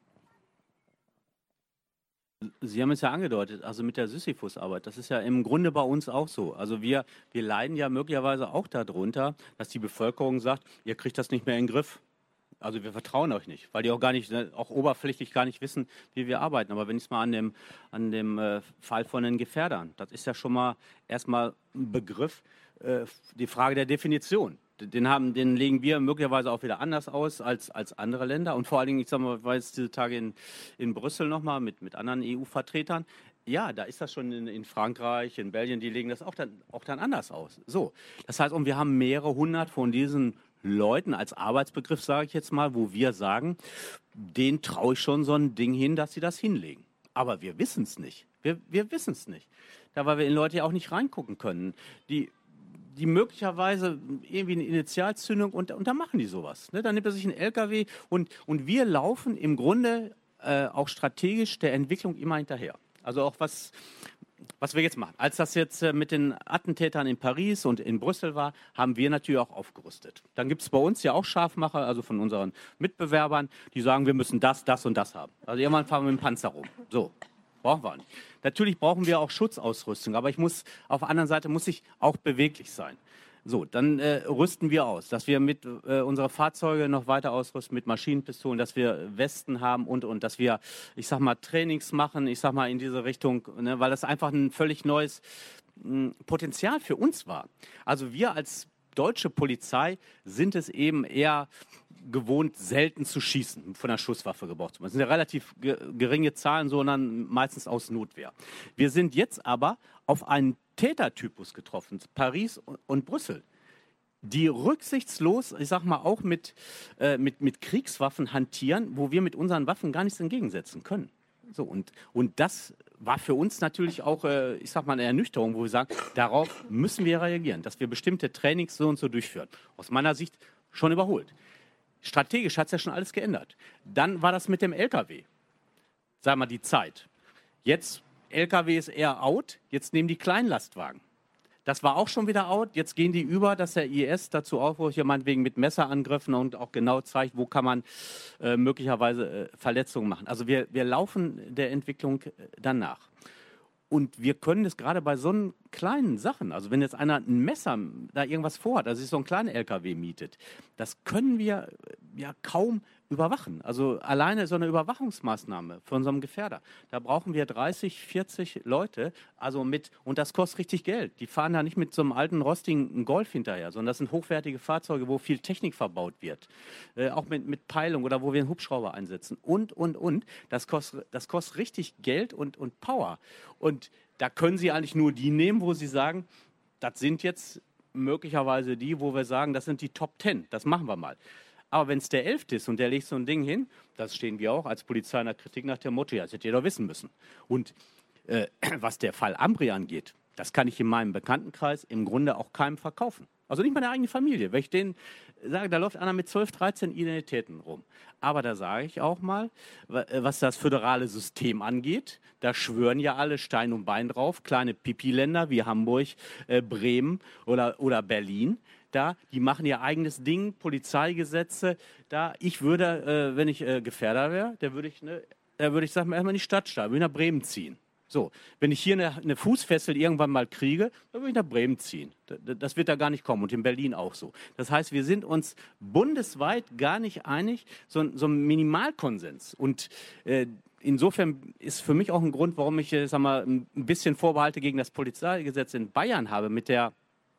Sie haben es ja angedeutet, also mit der Sisyphus-Arbeit, das ist ja im Grunde bei uns auch so. Also wir leiden ja möglicherweise auch darunter, dass die Bevölkerung sagt, ihr kriegt das nicht mehr in den Griff. Also wir vertrauen euch nicht, weil die auch auch oberflächlich gar nicht wissen, wie wir arbeiten. Aber wenn ich es mal an dem Fall von den Gefährdern, das ist ja schon mal erstmal ein Begriff, die Frage der Definition. Den legen wir möglicherweise auch wieder anders aus als andere Länder. Und vor allen Dingen, ich sage mal, ich war jetzt diese Tage in Brüssel nochmal mit anderen EU-Vertretern. Ja, da ist das schon in Frankreich, in Belgien, die legen das auch dann anders aus. So, das heißt, und wir haben mehrere hundert von diesen Leuten als Arbeitsbegriff, sage ich jetzt mal, wo wir sagen, denen traue ich schon so ein Ding hin, dass sie das hinlegen. Aber wir wissen es nicht. Wir wissen es nicht. Da, weil wir in Leute ja auch nicht reingucken können. Die möglicherweise irgendwie eine Initialzündung und dann machen die sowas. Ne? Dann nimmt er sich einen LKW und wir laufen im Grunde auch strategisch der Entwicklung immer hinterher. Also auch was wir jetzt machen. Als das jetzt mit den Attentätern in Paris und in Brüssel war, haben wir natürlich auch aufgerüstet. Dann gibt es bei uns ja auch Scharfmacher, also von unseren Mitbewerbern, die sagen, wir müssen das und das haben. Also irgendwann fahren wir mit dem Panzer rum. So, brauchen wir nicht. Natürlich brauchen wir auch Schutzausrüstung, aber auf der anderen Seite muss ich auch beweglich sein. So, dann rüsten wir aus, dass wir mit unsere Fahrzeuge noch weiter ausrüsten mit Maschinenpistolen, dass wir Westen haben und dass wir, ich sag mal, Trainings machen, ich sag mal in diese Richtung, ne, weil das einfach ein völlig neues Potenzial für uns war. Also wir als deutsche Polizei sind es eben eher gewohnt, selten zu schießen, von einer Schusswaffe gebraucht zu machen. Das sind ja relativ geringe Zahlen, sondern meistens aus Notwehr. Wir sind jetzt aber auf einen Tätertypus getroffen, Paris und Brüssel, die rücksichtslos, ich sag mal, auch mit Kriegswaffen hantieren, wo wir mit unseren Waffen gar nichts entgegensetzen können. So, und das war für uns natürlich auch, ich sag mal, eine Ernüchterung, wo wir sagen, darauf müssen wir reagieren, dass wir bestimmte Trainings so und so durchführen. Aus meiner Sicht schon überholt. strategisch hat es ja schon alles geändert. Dann war das mit dem LKW. Sag mal, die Zeit. Jetzt, LKW ist eher out, jetzt nehmen die Kleinlastwagen. Das war auch schon wieder out, jetzt gehen die über, dass der IS dazu aufruft, hier meinetwegen mit Messerangriffen und auch genau zeigt, wo kann man möglicherweise Verletzungen machen. Also wir laufen der Entwicklung danach. Und wir können es gerade bei so kleinen Sachen, also wenn jetzt einer ein Messer da irgendwas vorhat, also sich so ein kleiner LKW mietet, das können wir ja kaum überwachen. Also alleine so eine Überwachungsmaßnahme von so einem Gefährder, da brauchen wir 30, 40 Leute, also und das kostet richtig Geld. Die fahren da nicht mit so einem alten, rostigen Golf hinterher, sondern das sind hochwertige Fahrzeuge, wo viel Technik verbaut wird. Auch mit Peilung oder wo wir einen Hubschrauber einsetzen und. Das kostet richtig Geld und Power. Und da können Sie eigentlich nur die nehmen, wo Sie sagen, das sind jetzt möglicherweise die, wo wir sagen, das sind die Top 10, das machen wir mal. Aber wenn es der 11. ist und der legt so ein Ding hin, das stehen wir auch als Polizei in der Kritik nach dem Motto, ja, das hättet ihr doch wissen müssen. Und was der Fall Ambri angeht, das kann ich in meinem Bekanntenkreis im Grunde auch keinem verkaufen. Also nicht meine eigene Familie. Wenn ich denen sage, da läuft einer mit 12, 13 Identitäten rum. Aber da sage ich auch mal, was das föderale System angeht, da schwören ja alle Stein und Bein drauf. Kleine Pipi-Länder wie Hamburg, Bremen oder Berlin. Die machen ihr eigenes Ding, Polizeigesetze. Ich würde, wenn ich Gefährder wäre, da würde ich sagen, erstmal in die Stadtstaat, würde ich nach Bremen ziehen. So, wenn ich hier eine Fußfessel irgendwann mal kriege, dann würde ich nach Bremen ziehen. Das wird da gar nicht kommen und in Berlin auch so. Das heißt, wir sind uns bundesweit gar nicht einig, so ein Minimalkonsens. Und insofern ist für mich auch ein Grund, warum ich ein bisschen Vorbehalte gegen das Polizeigesetz in Bayern habe, mit der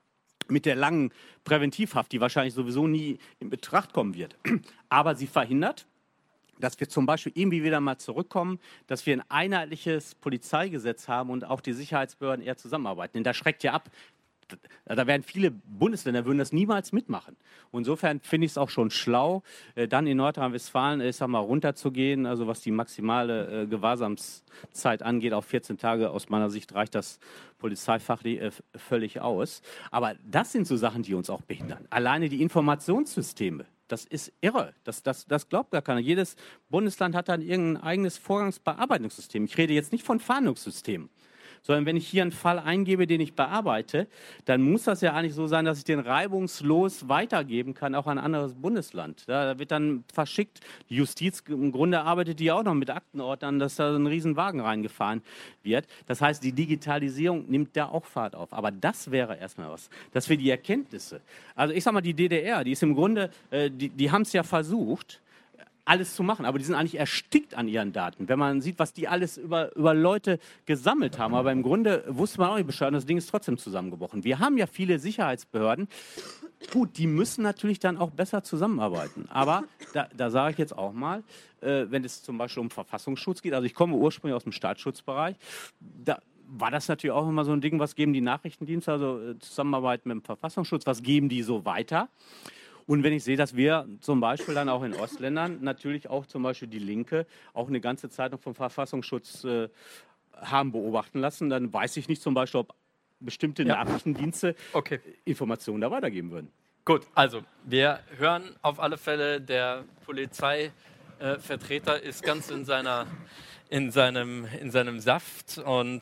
langen Präventivhaft, die wahrscheinlich sowieso nie in Betracht kommen wird. Aber sie verhindert, dass wir zum Beispiel irgendwie wieder mal zurückkommen, dass wir ein einheitliches Polizeigesetz haben und auch die Sicherheitsbehörden eher zusammenarbeiten. Denn das schreckt ja ab. Da werden viele Bundesländer würden das niemals mitmachen. Und insofern finde ich es auch schon schlau, dann in Nordrhein-Westfalen runterzugehen. Also was die maximale Gewahrsamszeit angeht, auf 14 Tage. Aus meiner Sicht reicht das polizeifachlich völlig aus. Aber das sind so Sachen, die uns auch behindern. Alleine die Informationssysteme. Das ist irre. Das glaubt gar keiner. Jedes Bundesland hat dann irgendein eigenes Vorgangsbearbeitungssystem. Ich rede jetzt nicht von Fahndungssystemen, sondern wenn ich hier einen Fall eingebe, den ich bearbeite, dann muss das ja eigentlich so sein, dass ich den reibungslos weitergeben kann, auch an ein anderes Bundesland. Da wird dann verschickt. Die Justiz, im Grunde arbeitet die auch noch mit Aktenordnern, dass da ein Riesenwagen reingefahren wird. Das heißt, die Digitalisierung nimmt da auch Fahrt auf. Aber das wäre erstmal was, dass wir die Erkenntnisse, also ich sag mal, die DDR, die ist im Grunde, die haben es ja versucht, alles zu machen, aber die sind eigentlich erstickt an ihren Daten. Wenn man sieht, was die alles über Leute gesammelt haben, aber im Grunde wusste man auch nicht Bescheid, das Ding ist trotzdem zusammengebrochen. Wir haben ja viele Sicherheitsbehörden, gut, die müssen natürlich dann auch besser zusammenarbeiten, aber da sage ich jetzt auch mal, wenn es zum Beispiel um Verfassungsschutz geht, also ich komme ursprünglich aus dem Staatsschutzbereich, da war das natürlich auch immer so ein Ding, was geben die Nachrichtendienste, also Zusammenarbeit mit dem Verfassungsschutz, was geben die so weiter? Und wenn ich sehe, dass wir zum Beispiel dann auch in Ostländern natürlich auch zum Beispiel die Linke auch eine ganze Zeit noch vom Verfassungsschutz haben beobachten lassen, dann weiß ich nicht zum Beispiel, ob bestimmte Nachrichtendienste Informationen da weitergeben würden. Gut, also wir hören auf alle Fälle, der Polizeivertreter ist ganz in seinem Saft und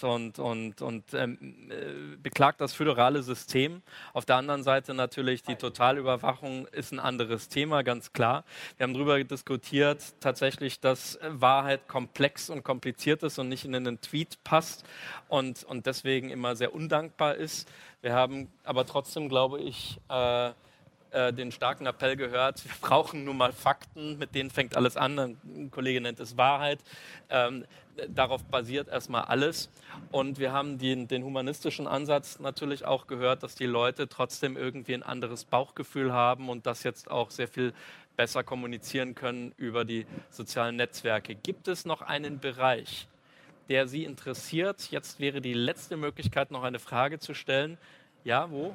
beklagt das föderale System. Auf der anderen Seite natürlich die Totalüberwachung ist ein anderes Thema, ganz klar. Wir haben darüber diskutiert, tatsächlich, dass Wahrheit komplex und kompliziert ist und nicht in einen Tweet passt und deswegen immer sehr undankbar ist. Wir haben aber trotzdem, glaube ich, den starken Appell gehört, wir brauchen nun mal Fakten, mit denen fängt alles an. Ein Kollege nennt es Wahrheit. Darauf basiert erstmal alles. Und wir haben den humanistischen Ansatz natürlich auch gehört, dass die Leute trotzdem irgendwie ein anderes Bauchgefühl haben und das jetzt auch sehr viel besser kommunizieren können über die sozialen Netzwerke. Gibt es noch einen Bereich, der Sie interessiert? Jetzt wäre die letzte Möglichkeit, noch eine Frage zu stellen. Ja, wo?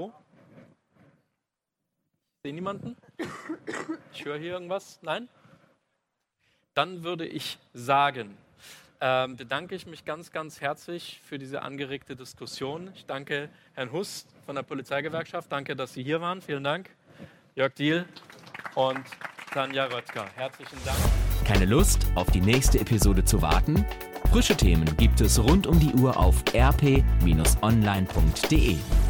Ich sehe niemanden? Ich höre hier irgendwas? Nein? Dann würde ich sagen, bedanke ich mich ganz, ganz herzlich für diese angeregte Diskussion. Ich danke Herrn Huss von der Polizeigewerkschaft. Danke, dass Sie hier waren. Vielen Dank. Jörg Diehl, und Tanja Röttger. Herzlichen Dank. Keine Lust, auf die nächste Episode zu warten? Frische Themen gibt es rund um die Uhr auf rp-online.de.